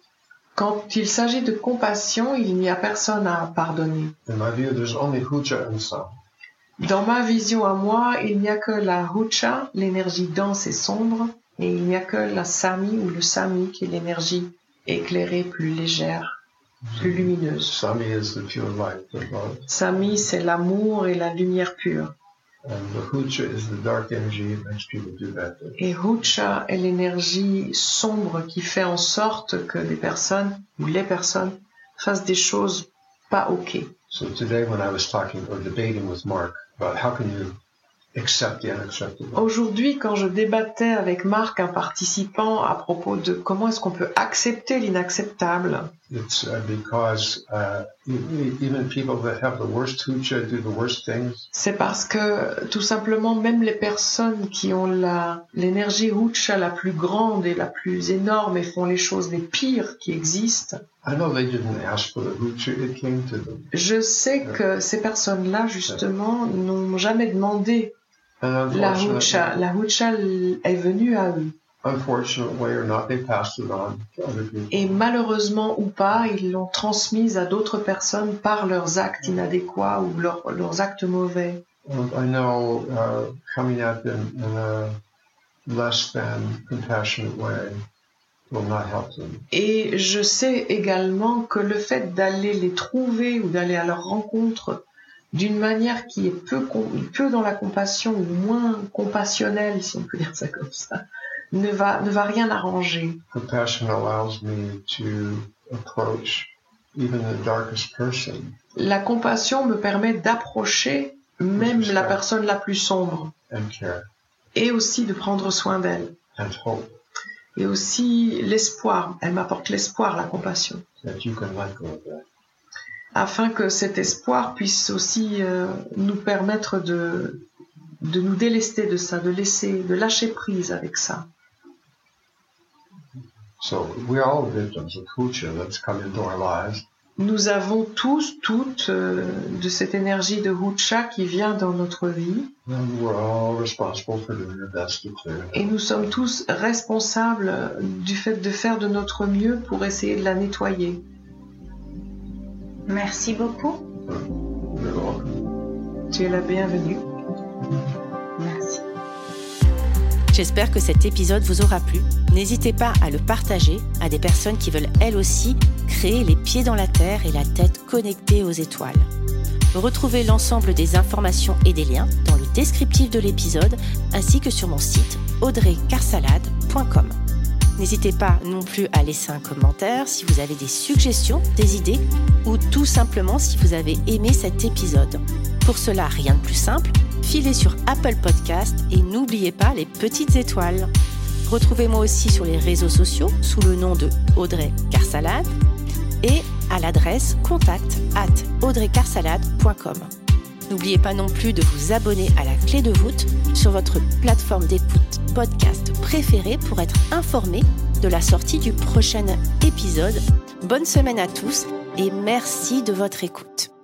B: Quand il s'agit de compassion, il n'y a personne à pardonner.
C: In my view, there's only Hucha and Sam.
B: Dans ma vision à moi, il n'y a que la Hucha, l'énergie dense et sombre, et il n'y a que la Sami ou le Sami, qui est l'énergie éclairée, plus légère, plus lumineuse.
C: Sami is the pure light of love.
B: Sami, c'est l'amour et la lumière pure.
C: And the Hucha is the dark energy that makes people do bad things.
B: Et Hucha est l'énergie sombre qui fait en sorte que des personnes, ou les personnes, fassent des choses pas ok.
C: So today when I was talking or debating with Mark about how can you accept the unacceptable,
B: Aujourd'hui, quand je débattais avec Marc, un participant, à propos de comment est-ce qu'on peut accepter l'inacceptable,
C: it's because even people that have the worst Hucha do the worst things.
B: c'est parce que tout simplement même les personnes qui ont l'énergie Hucha la plus grande et la plus énorme et font les choses les pires qui existent,
C: I know they didn't ask for the Hucha, it came to them.
B: je sais que ces personnes-là justement n'ont jamais demandé La hucha est venue à eux.
C: Unfortunately or not, they passed it on to other people.
B: Et malheureusement ou pas, ils l'ont transmise à d'autres personnes par leurs actes inadéquats ou leurs actes mauvais.
C: I know coming at them in a less than compassionate way will not help them.
B: Et je sais également que le fait d'aller les trouver ou d'aller à leur rencontre d'une manière qui est peu dans la compassion ou moins compassionnelle, si on peut dire ça comme ça, ne va rien arranger.
C: Compassion allows me to approach even the darkest person.
B: La compassion me permet d'approcher même la personne la plus sombre.
C: And care.
B: Et aussi de prendre soin d'elle.
C: And hope.
B: Et aussi l'espoir. Elle m'apporte l'espoir, la compassion.
C: That you can let go of that.
B: Afin que cet espoir puisse aussi nous permettre de nous délester de ça, de lâcher prise avec ça.
C: So we're all victims of hucha that's come into our lives.
B: Nous avons tous, toutes, de cette énergie de hucha qui vient dans notre vie.
C: And we're all responsible for doing our best to clear it.
B: Et nous sommes tous responsables du fait de faire de notre mieux pour essayer de la nettoyer.
D: Merci beaucoup.
C: You're welcome.
B: Tu es la bienvenue.
D: Merci.
A: J'espère que cet épisode vous aura plu. N'hésitez pas à le partager à des personnes qui veulent elles aussi créer les pieds dans la terre et la tête connectée aux étoiles. Retrouvez l'ensemble des informations et des liens dans le descriptif de l'épisode ainsi que sur mon site audreycarsalade.com. N'hésitez pas non plus à laisser un commentaire si vous avez des suggestions, des idées ou tout simplement si vous avez aimé cet épisode. Pour cela, rien de plus simple, filez sur Apple Podcast et n'oubliez pas les petites étoiles. Retrouvez-moi aussi sur les réseaux sociaux sous le nom de Audrey Carsalade et à l'adresse contact@audreycarsalade.com. N'oubliez pas non plus de vous abonner à la Clé de voûte sur votre plateforme d'écoute podcast préférée pour être informé de la sortie du prochain épisode. Bonne semaine à tous et merci de votre écoute.